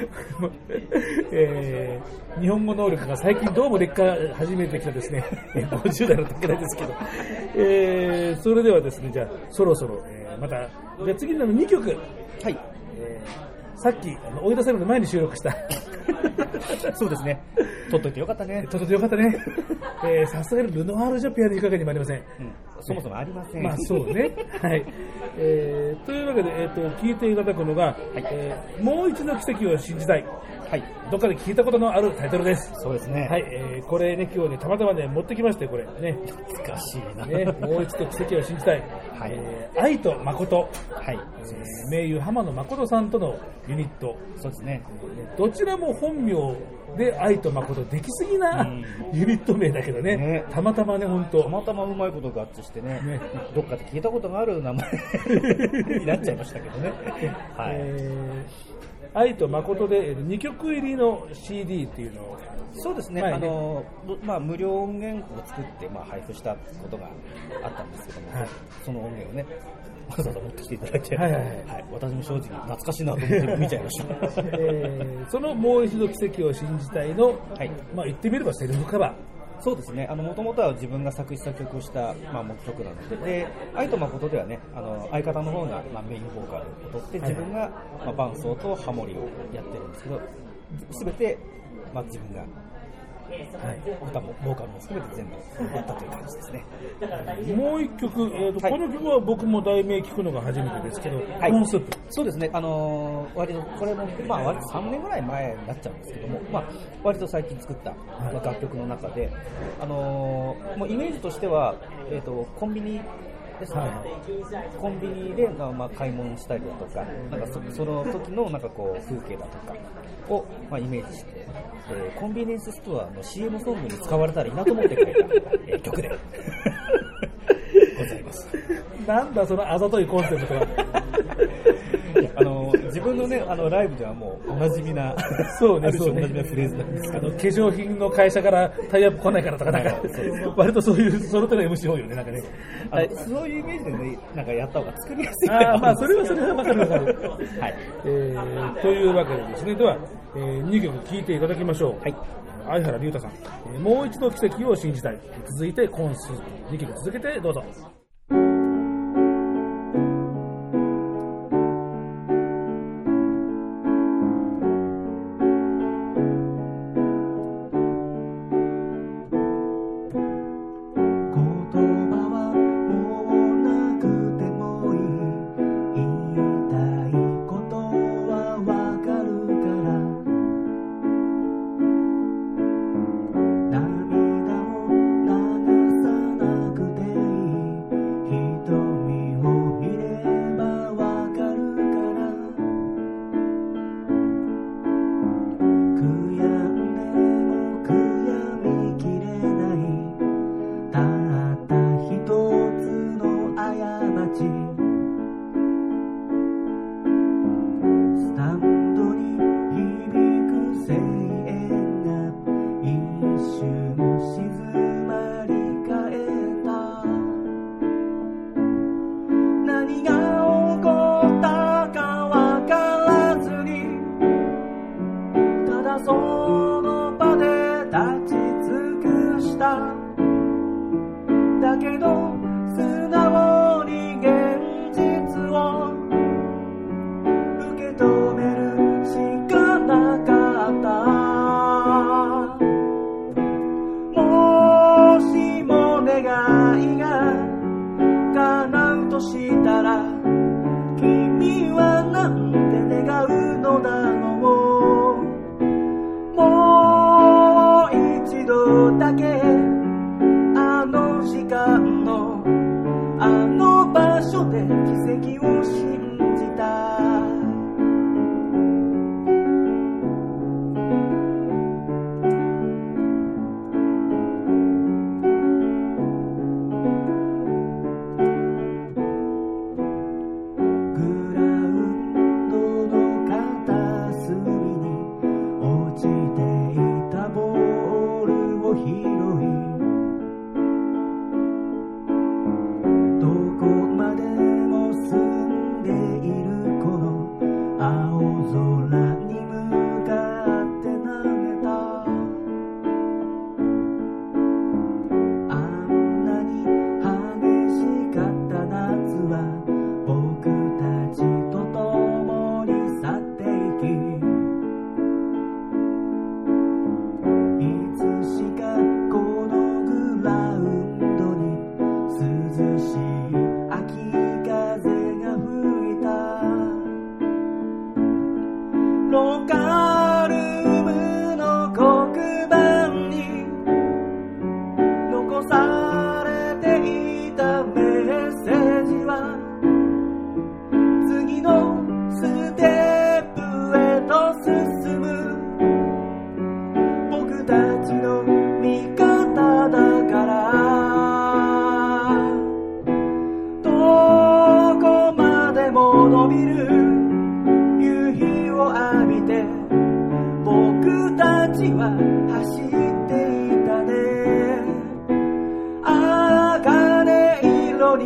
Speaker 1: えー、日本語能力が最近どうも劣化始めてきたですね、ごじゅう代の武田ですけど、えー、それではですね、じゃあ、そろそろ、えー、また、じゃあ次のにきょく、はい、えー、さっき、あの追い出される前に収録した、
Speaker 2: そうですね。撮っといてよかったね。
Speaker 1: 撮っといてよかったね。えー、さすがにルノワールジャピアのいかがにもありません。うん、
Speaker 2: そもそもありません。
Speaker 1: まあそうね。はい。えー、というわけで、えーと、聞いていただくのが、はい、えー、もう一度奇跡を信じたい。はい。どっかで聞いたことのあるタイトルです。
Speaker 2: そうですね。
Speaker 1: はい。えー、これね、今日ね、たまたまね、持ってきまして、これ。ね。
Speaker 2: 懐かしいな。
Speaker 1: ね、もう一度奇跡を信じたい。はい。えー、愛と誠。はい。えー、名優浜野誠さんとのユニット。
Speaker 2: そうですね。
Speaker 1: どちらも本名で愛と誠できすぎなユニット名だけどね。ね、たまたまね、本当。
Speaker 2: たまたまうまいこと合致してね。ね、どっかで聞いたことがある名前になっちゃいましたけどね。はい。えー
Speaker 1: 愛と誠でにきょく入りの シーディー っていうのを、
Speaker 2: そうですね、ね、あのまあ、無料音源を作って、まあ、配布したことがあったんですけども、はい、その音源をねわざわざ持ってきていただいて、はいはいはいはい、私も正直懐かしいなと思って見ちゃいました、
Speaker 1: えー、そのもう一度奇跡を信じたいの、はい、まあ、言ってみればセルフカバー。
Speaker 2: そうですね、もともとは自分が作詞作曲をした、まあ、曲なので、で愛と誠ではね、あの相方の方が、まあ、メインボーカルを取って、自分が、まあ、伴奏とハモリをやってるんですけど、すべて、まあ、自分が、はい、歌もボーカルも含めて全部やったという感じですね。
Speaker 1: もう一曲、えーとはい、この曲は僕も題名聞くのが初めてですけど、はい、コーンスープ。
Speaker 2: そうですね、あのー、割とこれも、まあ、割とさんねんぐらい前になっちゃうんですけども、まあ、割と最近作った、まあ、楽曲の中で、あのー、もうイメージとしては、えーと、コンビニですね、はい、コンビニで、まあまあ、買い物したりだとか、なんか そ, その時のなんかこう風景だとかを、まあ、イメージして、えー、コンビニエンスストアの シーエム ソングに使われたらいいなと思って書いた、えー、曲でございます。
Speaker 1: なんだそのあざといコンセプトは。
Speaker 2: あの自分のね、あのライブではもうおなじみな、
Speaker 1: そうね、
Speaker 2: そうね、おなじみなフレーズなんですけど、
Speaker 1: あの化粧品の会社からタイアップ来ないからとか、なんか割とそういうその手の エムシー 多いよね、なんかね。
Speaker 2: あのそういうイメージでね、なんかやった方が作りやすい。
Speaker 1: ああ、まあそれはそれはわかるわかる。
Speaker 2: はい。
Speaker 1: えー、というわけでですね、では、えー、にきょく聴いていただきましょう。はい。相原龍太さん、えー、もう一度奇跡を信じたい。続いてコーンスープ、にきょく続けてどうぞ。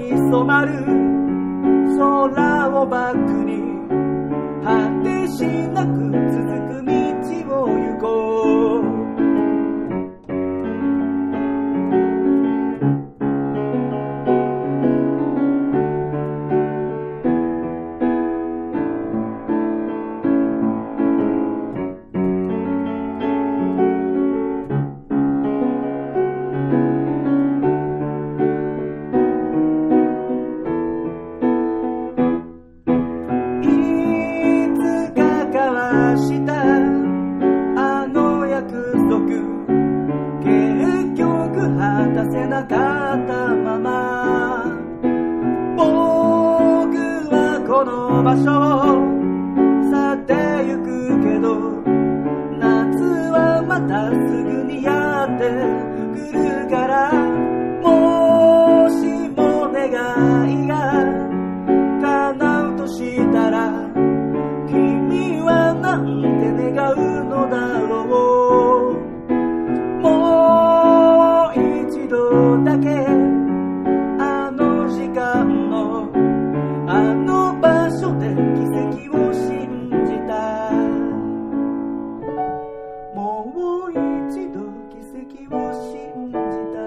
Speaker 3: に染まる空をバックに果てしなく続く道を行こう。場所を去ってゆくけど、夏はまたすぐにやってくるから、もしも願いが叶うとしたら、君はなんて願うのだろう。もう一度だけあの時間のあの場所で奇跡を信じた。もう一度奇跡を信じた。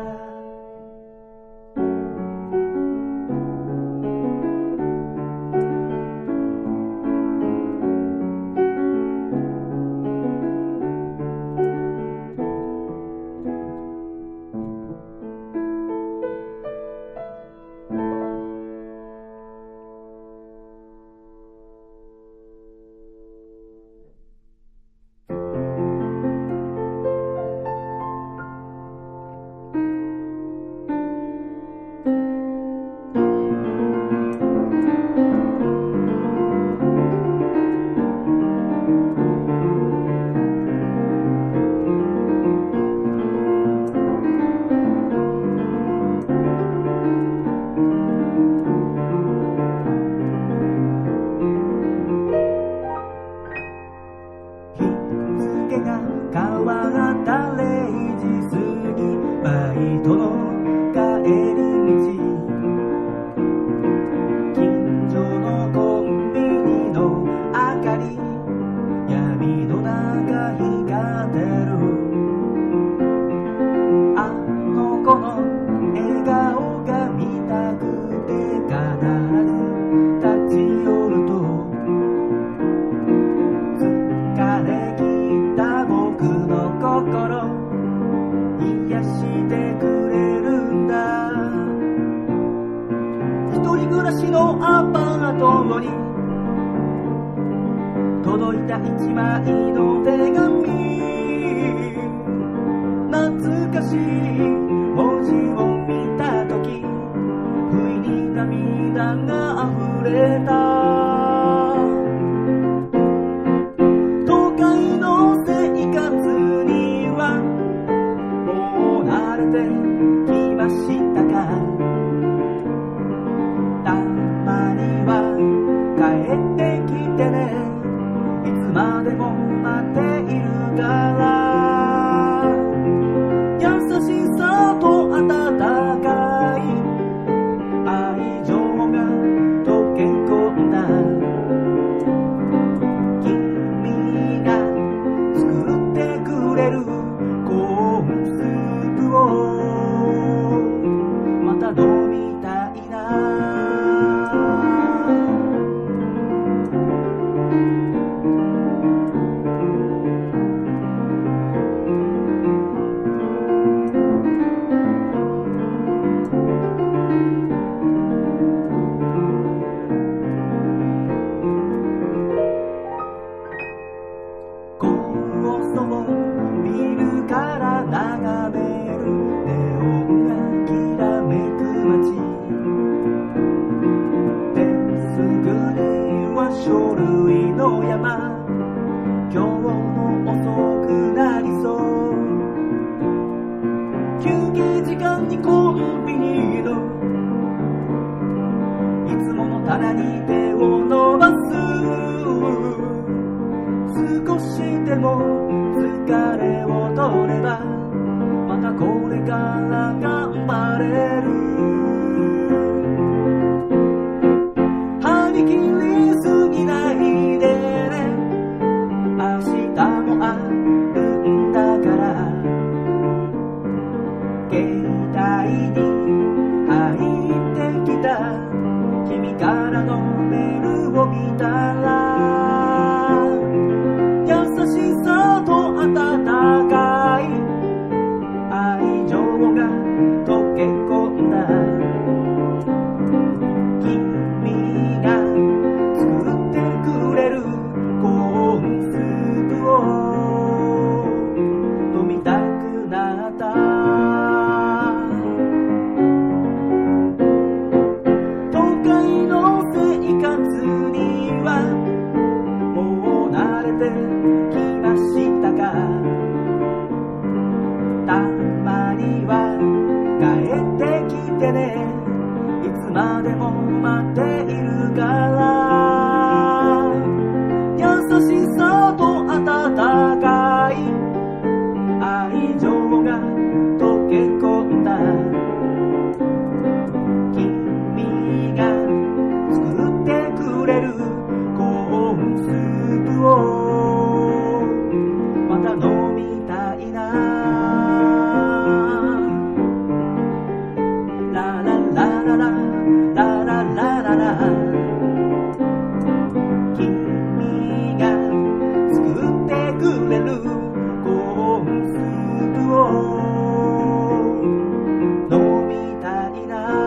Speaker 3: 届いた一枚の手紙、懐かしい文字を見たとき、不意に涙が溢れた。都会の生活にはもう慣れてきましたか。たまには帰ってきてね、いつまでも待っているから。優しさと温かい愛情が溶け込んだ。君が作ってくれるコーンスープをまた飲みたいな。書類の山、今日も遅くなりそう。休憩時間にコンビニのいつもの棚に手を伸ばす。少しでも疲れを取ればまたこれから頑張れる。 携帯に入ってきた君からのメールを見たら、優しさと温かい愛情が溶け込んだ。君が作ってくれるコーンスープを飲みたくなった。都会の生活にはもう慣れてきましたか。たまには帰ってきてね、いつまでも待っているから。優しさと温かい愛情が溶け込んだ。君が作ってくれるコーンスープをまた飲みたいな。ララララララララララ、君が作ってくれるコーンスープを飲みたいな。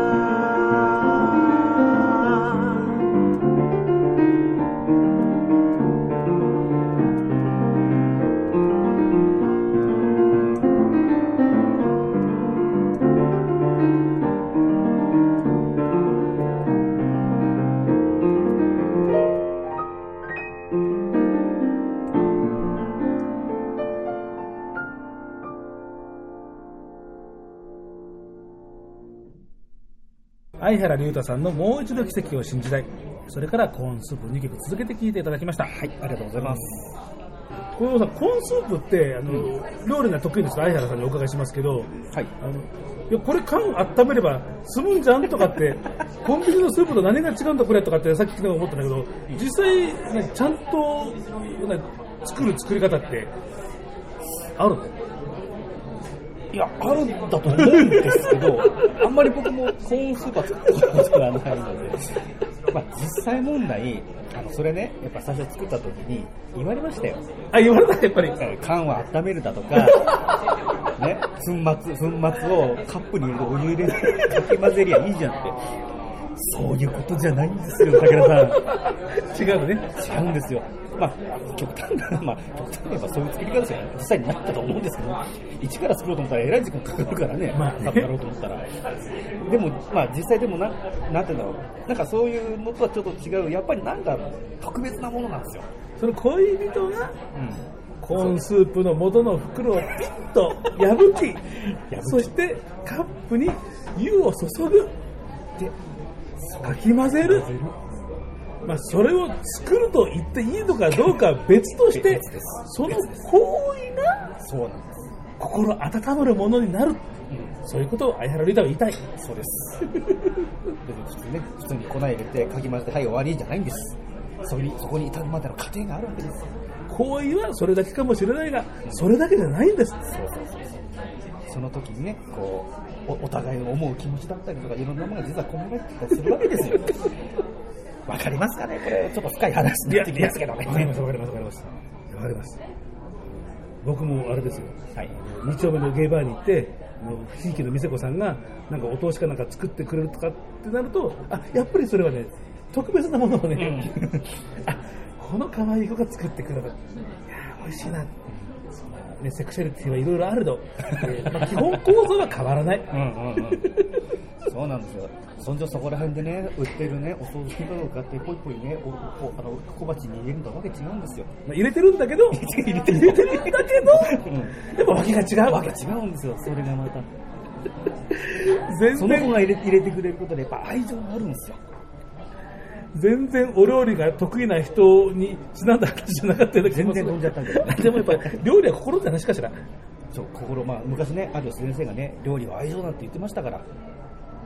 Speaker 1: 相原龍太さんのもう一度奇跡を信じたい、それからコーンスープにきょく続けて聴いていただきました。
Speaker 2: はい、ありがとうございます。
Speaker 1: このさコーンスープってあの、うん、料理が得意です相原さんにお伺いしますけど、
Speaker 2: はい、
Speaker 1: あのいやこれ缶温めれば済むんじゃんとかってコンビニのスープと何が違うんだこれとかってさっき思ったんだけど、実際、ね、ちゃんと、ね、作る作り方ってあるの？
Speaker 2: いや、あるんだと思うんですけど、あんまり僕もコーンスープは作ったことがないので、まあ、実際問題、あのそれね、やっぱ最初作った時に言われましたよ。
Speaker 1: あ、言われたやっぱり。
Speaker 2: 缶は温めるだとか、ね、粉末、粉末をカップに入れてお湯入れてかき混ぜりゃいいじゃんって。そういうことじゃないんですよ、武田さん。
Speaker 1: 違うのね。
Speaker 2: 違うんですよ。まあ、極端な、まあ、極端に言えばそういう作り方ですよね。実際になったと思うんですけど、一から作ろうと思ったらえらい時間かかるからね、まあ、多分やろうと思ったら。でも、まあ、実際でもな、なんていうんだろう、なんかそういうのとはちょっと違う、やっぱりなんか特別なものなんですよ。
Speaker 1: その恋人が、うん、コーンスープの元の袋をピッと破き、そしてカップに湯を注ぐ。で、かき混ぜる。まあ、それを作ると言っていいのかどうかは別として、その行為が
Speaker 2: そうなんです。
Speaker 1: 心温まるものになる、うん、そういうことを相原リーダーは言いたい。
Speaker 2: そうです。別に普通ね、普通に粉入れてかき混ぜてはい終わりじゃないんです。そこにそこに至るまでの過程があるわけですよ。
Speaker 1: 行為はそれだけかもしれないが、それだけじゃないんです。そうそうそうそう。
Speaker 2: その時にね、こう お, お互いを思う気持ちだったりとかいろんなものが実は込められてたりするわけですよ。わかりますかね、これちょっと深い話になってきますけどね。
Speaker 1: わかりますわかりますわかりますわかります。僕もあれですよ、はい、に丁目のゲイバーに行って地域の店子さんがなんかお通しかなんか作ってくれるとかってなると、あ、やっぱりそれはね特別なものをね、うん、あ、この可愛い子が作ってくれた、いや美味しいな、ね、セクシャリティはいろいろあるの、えーまあ、基本構造は変わらない。うんうん、うん、
Speaker 2: そうなんですよ。そんじょそこら辺でね売ってるねお惣菜とかってポイポイねおおあの小鉢に入れるのとわけ違うんですよ。
Speaker 1: まあ、入れてるんだけど入れてるんだけど、うん、でもわけが違う
Speaker 2: わけ違うんですよ。それがまた
Speaker 1: 全然
Speaker 2: その子が入れ入れてくれることでやっぱ愛情があるんですよ。
Speaker 1: 全然お料理が得意な人にちなんだ話じゃなかったような気がする。
Speaker 2: 全然飲んじゃったんだけど
Speaker 1: でもやっぱり料理は心って話かしら。
Speaker 2: そう心、まあ、昔ねある先生がね料理は愛情だって言ってましたから。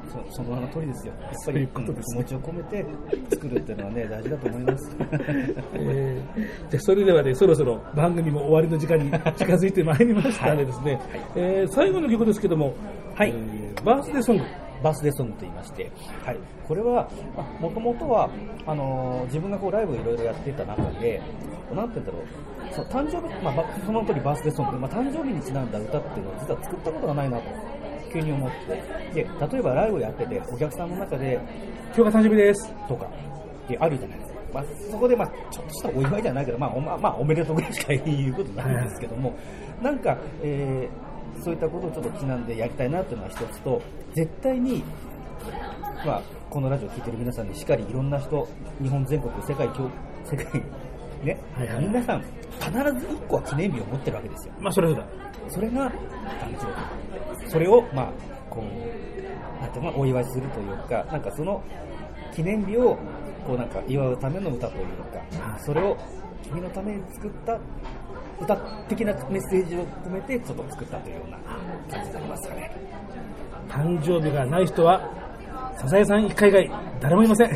Speaker 2: そ, その名の通りですよ。やっぱり
Speaker 1: そういうことですね、
Speaker 2: 気持ちを込めて作るっていうのはね大事だと思います。
Speaker 1: えー、じゃそれではねそろそろ番組も終わりの時間に近づいてまいりましたのでですね、はいえー、最後の曲ですけども、はいえー、バースデーソング
Speaker 2: バースデーソングと言いまして、はい、これはもともとはあのー、自分がこうライブをいろいろやっていた中でなんて言うんだろうそう誕生日、まあ、その通りバースデーソング、まあ、誕生日にちなんだ歌っていうのを実は作ったことがないなと急に思ってで例えばライブをやっててお客さんの中で
Speaker 1: 今日が誕生日です
Speaker 2: とかであるじゃないですか、まあ、そこでまあちょっとしたお祝いじゃないけど、まあおままあ、おめでとうぐらいしか言うことないんですけどもなんか、えー、そういったことをちょっとちなんでやりたいなというのが一つと絶対に、まあ、このラジオを聴いてる皆さんにしっかりいろんな人日本全国世界世界ね、はいはい、皆さん必ずいっこは記念日を持ってるわけですよ。
Speaker 1: まあそれだ
Speaker 2: それが誕生日それをまあこうなんていうのお祝いするというかなんかその記念日をこうなんか祝うための歌というかそれを君のために作った歌的なメッセージを込めてちょっと作ったというような感じになりますかね。
Speaker 1: 誕生日がない人はサザエさん一回以外誰もいません。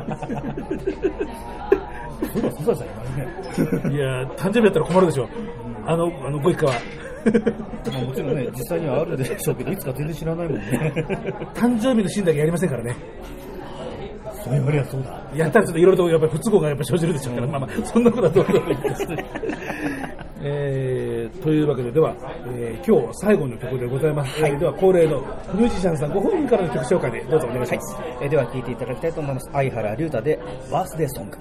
Speaker 2: そうだサザエさんいますね。
Speaker 1: いや誕生日だったら困るでしょ。あのあのご一家は。
Speaker 2: まあもちろんね実際にはあるでしょうけどいつか全然知らないもんね。
Speaker 1: 誕生日のシーンだけやりませんからね。
Speaker 2: そう言われはそうだ。
Speaker 1: やったらちょっといろいろとやっぱり不都合がやっぱ生じるでしょうから、まあまあそんなことはどうでもいいですね。えー、というわけででは、えー、今日最後の曲でございます、はいえー、では恒例のミュージシャンさんご本人からの曲紹介でどうぞお願いします、
Speaker 2: はいえー、では聴いていただきたいと思います。相原龍太でバースデーソング。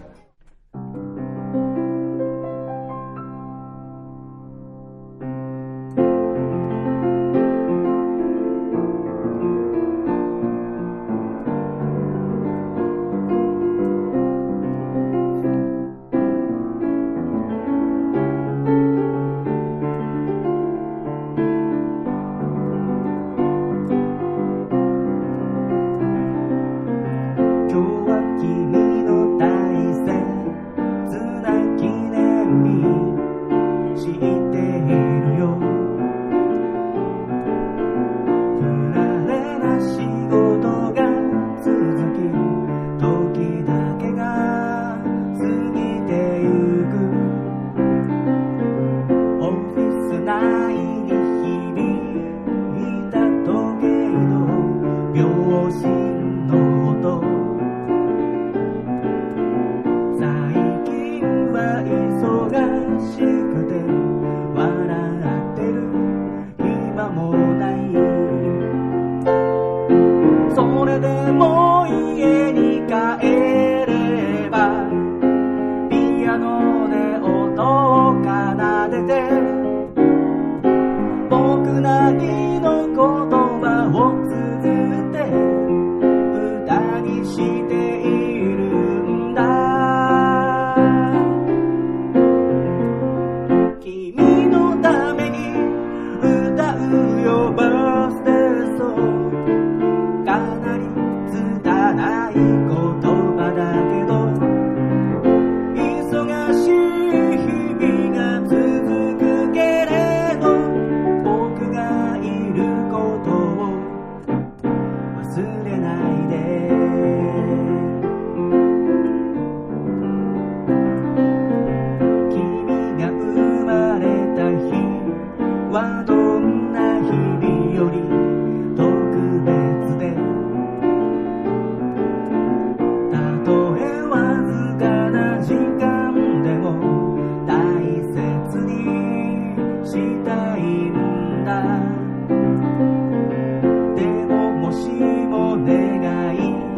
Speaker 3: でももしも願い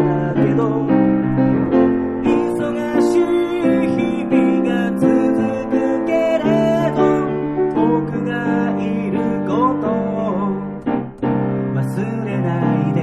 Speaker 3: けど忙しい日々が続くけれど僕がいることを忘れないで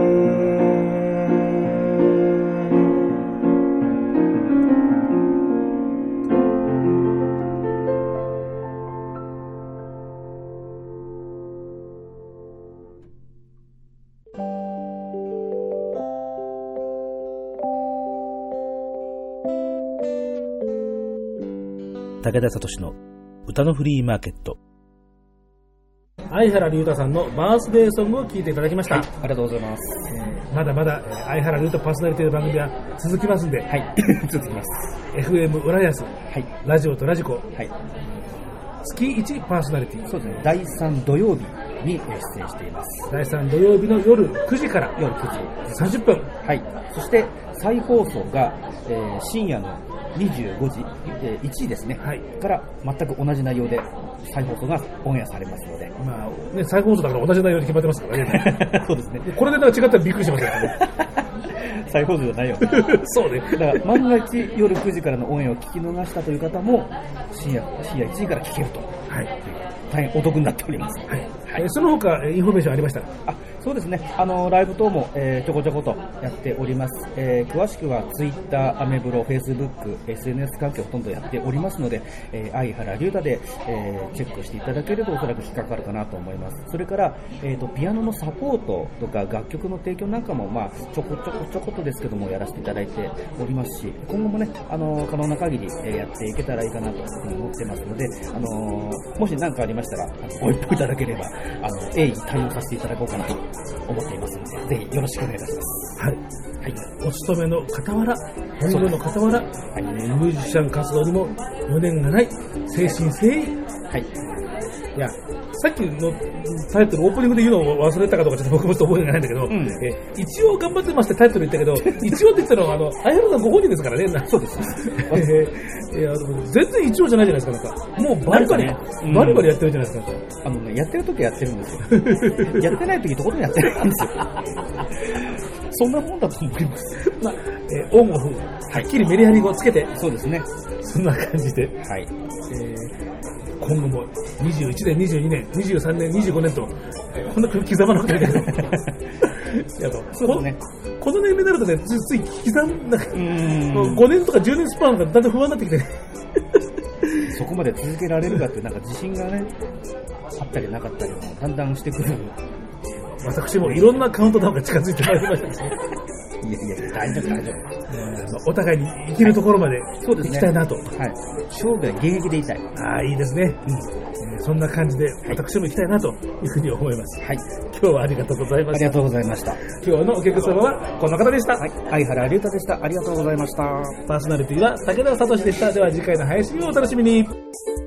Speaker 1: 武田聡の歌のフリーマーケット。相原龍太さんのバースデーソングを聴いていただきました。
Speaker 2: はい、ありがとうございます。
Speaker 1: えー、まだまだ、えー、相原龍太パーソナリティの番組は続きますんで、
Speaker 2: はい、続きます。
Speaker 1: エフエム 浦安、はい、ラジオとラジコ、はい、月いちパーソナリティ。
Speaker 2: そうですね、だいさん土曜日に出演しています。
Speaker 1: だいさん土曜日の夜くじから
Speaker 2: 夜くじ
Speaker 1: さんじゅっぷん。
Speaker 2: はい。そして再放送が、えー、深夜のにじゅうごじ、えー、いちじですね、はい、から全く同じ内容で再放送がオンエアされますので、
Speaker 1: まあね、再放送だから同じ内容で決まってますからね。
Speaker 2: そうですね。
Speaker 1: これでなんか違ったらびっくりしますよね。
Speaker 2: 再放送じゃないよね。
Speaker 1: そうね。
Speaker 2: だから万が一夜くじからのオンエアを聞き逃したという方も深夜深夜いちじから聞けると、はい、大変お得になっております。はい。はい、えー、その他インフォメーションありましたら。 あ、そうですね。あのライブ等も、えー、ちょこちょことやっております。えー、詳しくはツイッター、アメブロ、フェイスブック、エスエヌエス 関係ほとんどやっておりますので、えー、相原龍太で、えー、チェックしていただければおそらく引っかかるかなと思います。それから、えーと、ピアノのサポートとか楽曲の提供なんかも、まあ、ちょこちょこちょことですけどもやらせていただいておりますし、今後もね、あの可能な限り、えー、やっていけたらいいかなと思ってますので、あのー、もし何かありましたらご一報いただければ、あの鋭意対応させていただこうかなと思っていますので、ぜひよろしくお願いいたします。はい。はい。
Speaker 1: お勤めの傍ら、本業の傍ら、はい、ミュージシャン活動にも余念がない、誠心誠意。はい。いや、さっきのタイトル、オープニングで言うのを忘れたかどうかちょっと僕もちょっと覚えがないんだけど、うん、え一応頑張ってましてタイトル言ったけど、一応って言ったのは、あの、相原さんご本人ですからね。そうです。えー、いや、全然一応じゃないじゃないですか、なんか。もうバリバリ、ね、バリバリやってるじゃないですか。
Speaker 2: あのね、やってる時はやってるんですよ。やってない時とことんやってるんですよ。そんなもんだと思います。
Speaker 1: まあ、えー、オンオフ、はっきりメリハリをつけて、
Speaker 2: そうですね。
Speaker 1: そんな感じで、はい。えー今後もにじゅういちねん、にじゅうにねん、にじゅうさんねん、にじゅうごねんと、こんな刻まなくていいけど、そうね、この年齢になるとね、ついつい刻んだ、ごねんとかじゅうねんスパンがだんだん不安になってきて、
Speaker 2: そこまで続けられるかって、なんか自信がね、あったりなかったりもだんだんしてくる。
Speaker 1: 私もいろんなカウントダウンが近づいてまいりましたしね。
Speaker 2: いやいや、大丈夫、大丈
Speaker 1: 夫。お互いに生きるところまで行きたいなと。はい。
Speaker 2: 勝負は現役でいたい。
Speaker 1: ああ、いいですね。うん。えー、そんな感じで、私も行きたいなというふうに思います。はい。今日はありがとうございました。
Speaker 2: ありがとうございました。
Speaker 1: 今日のお客様はこの方でした。はい。
Speaker 2: 相原龍太でした。ありがとうございました。
Speaker 1: パーソナリティは武田聡でした。では次回の配信をお楽しみに。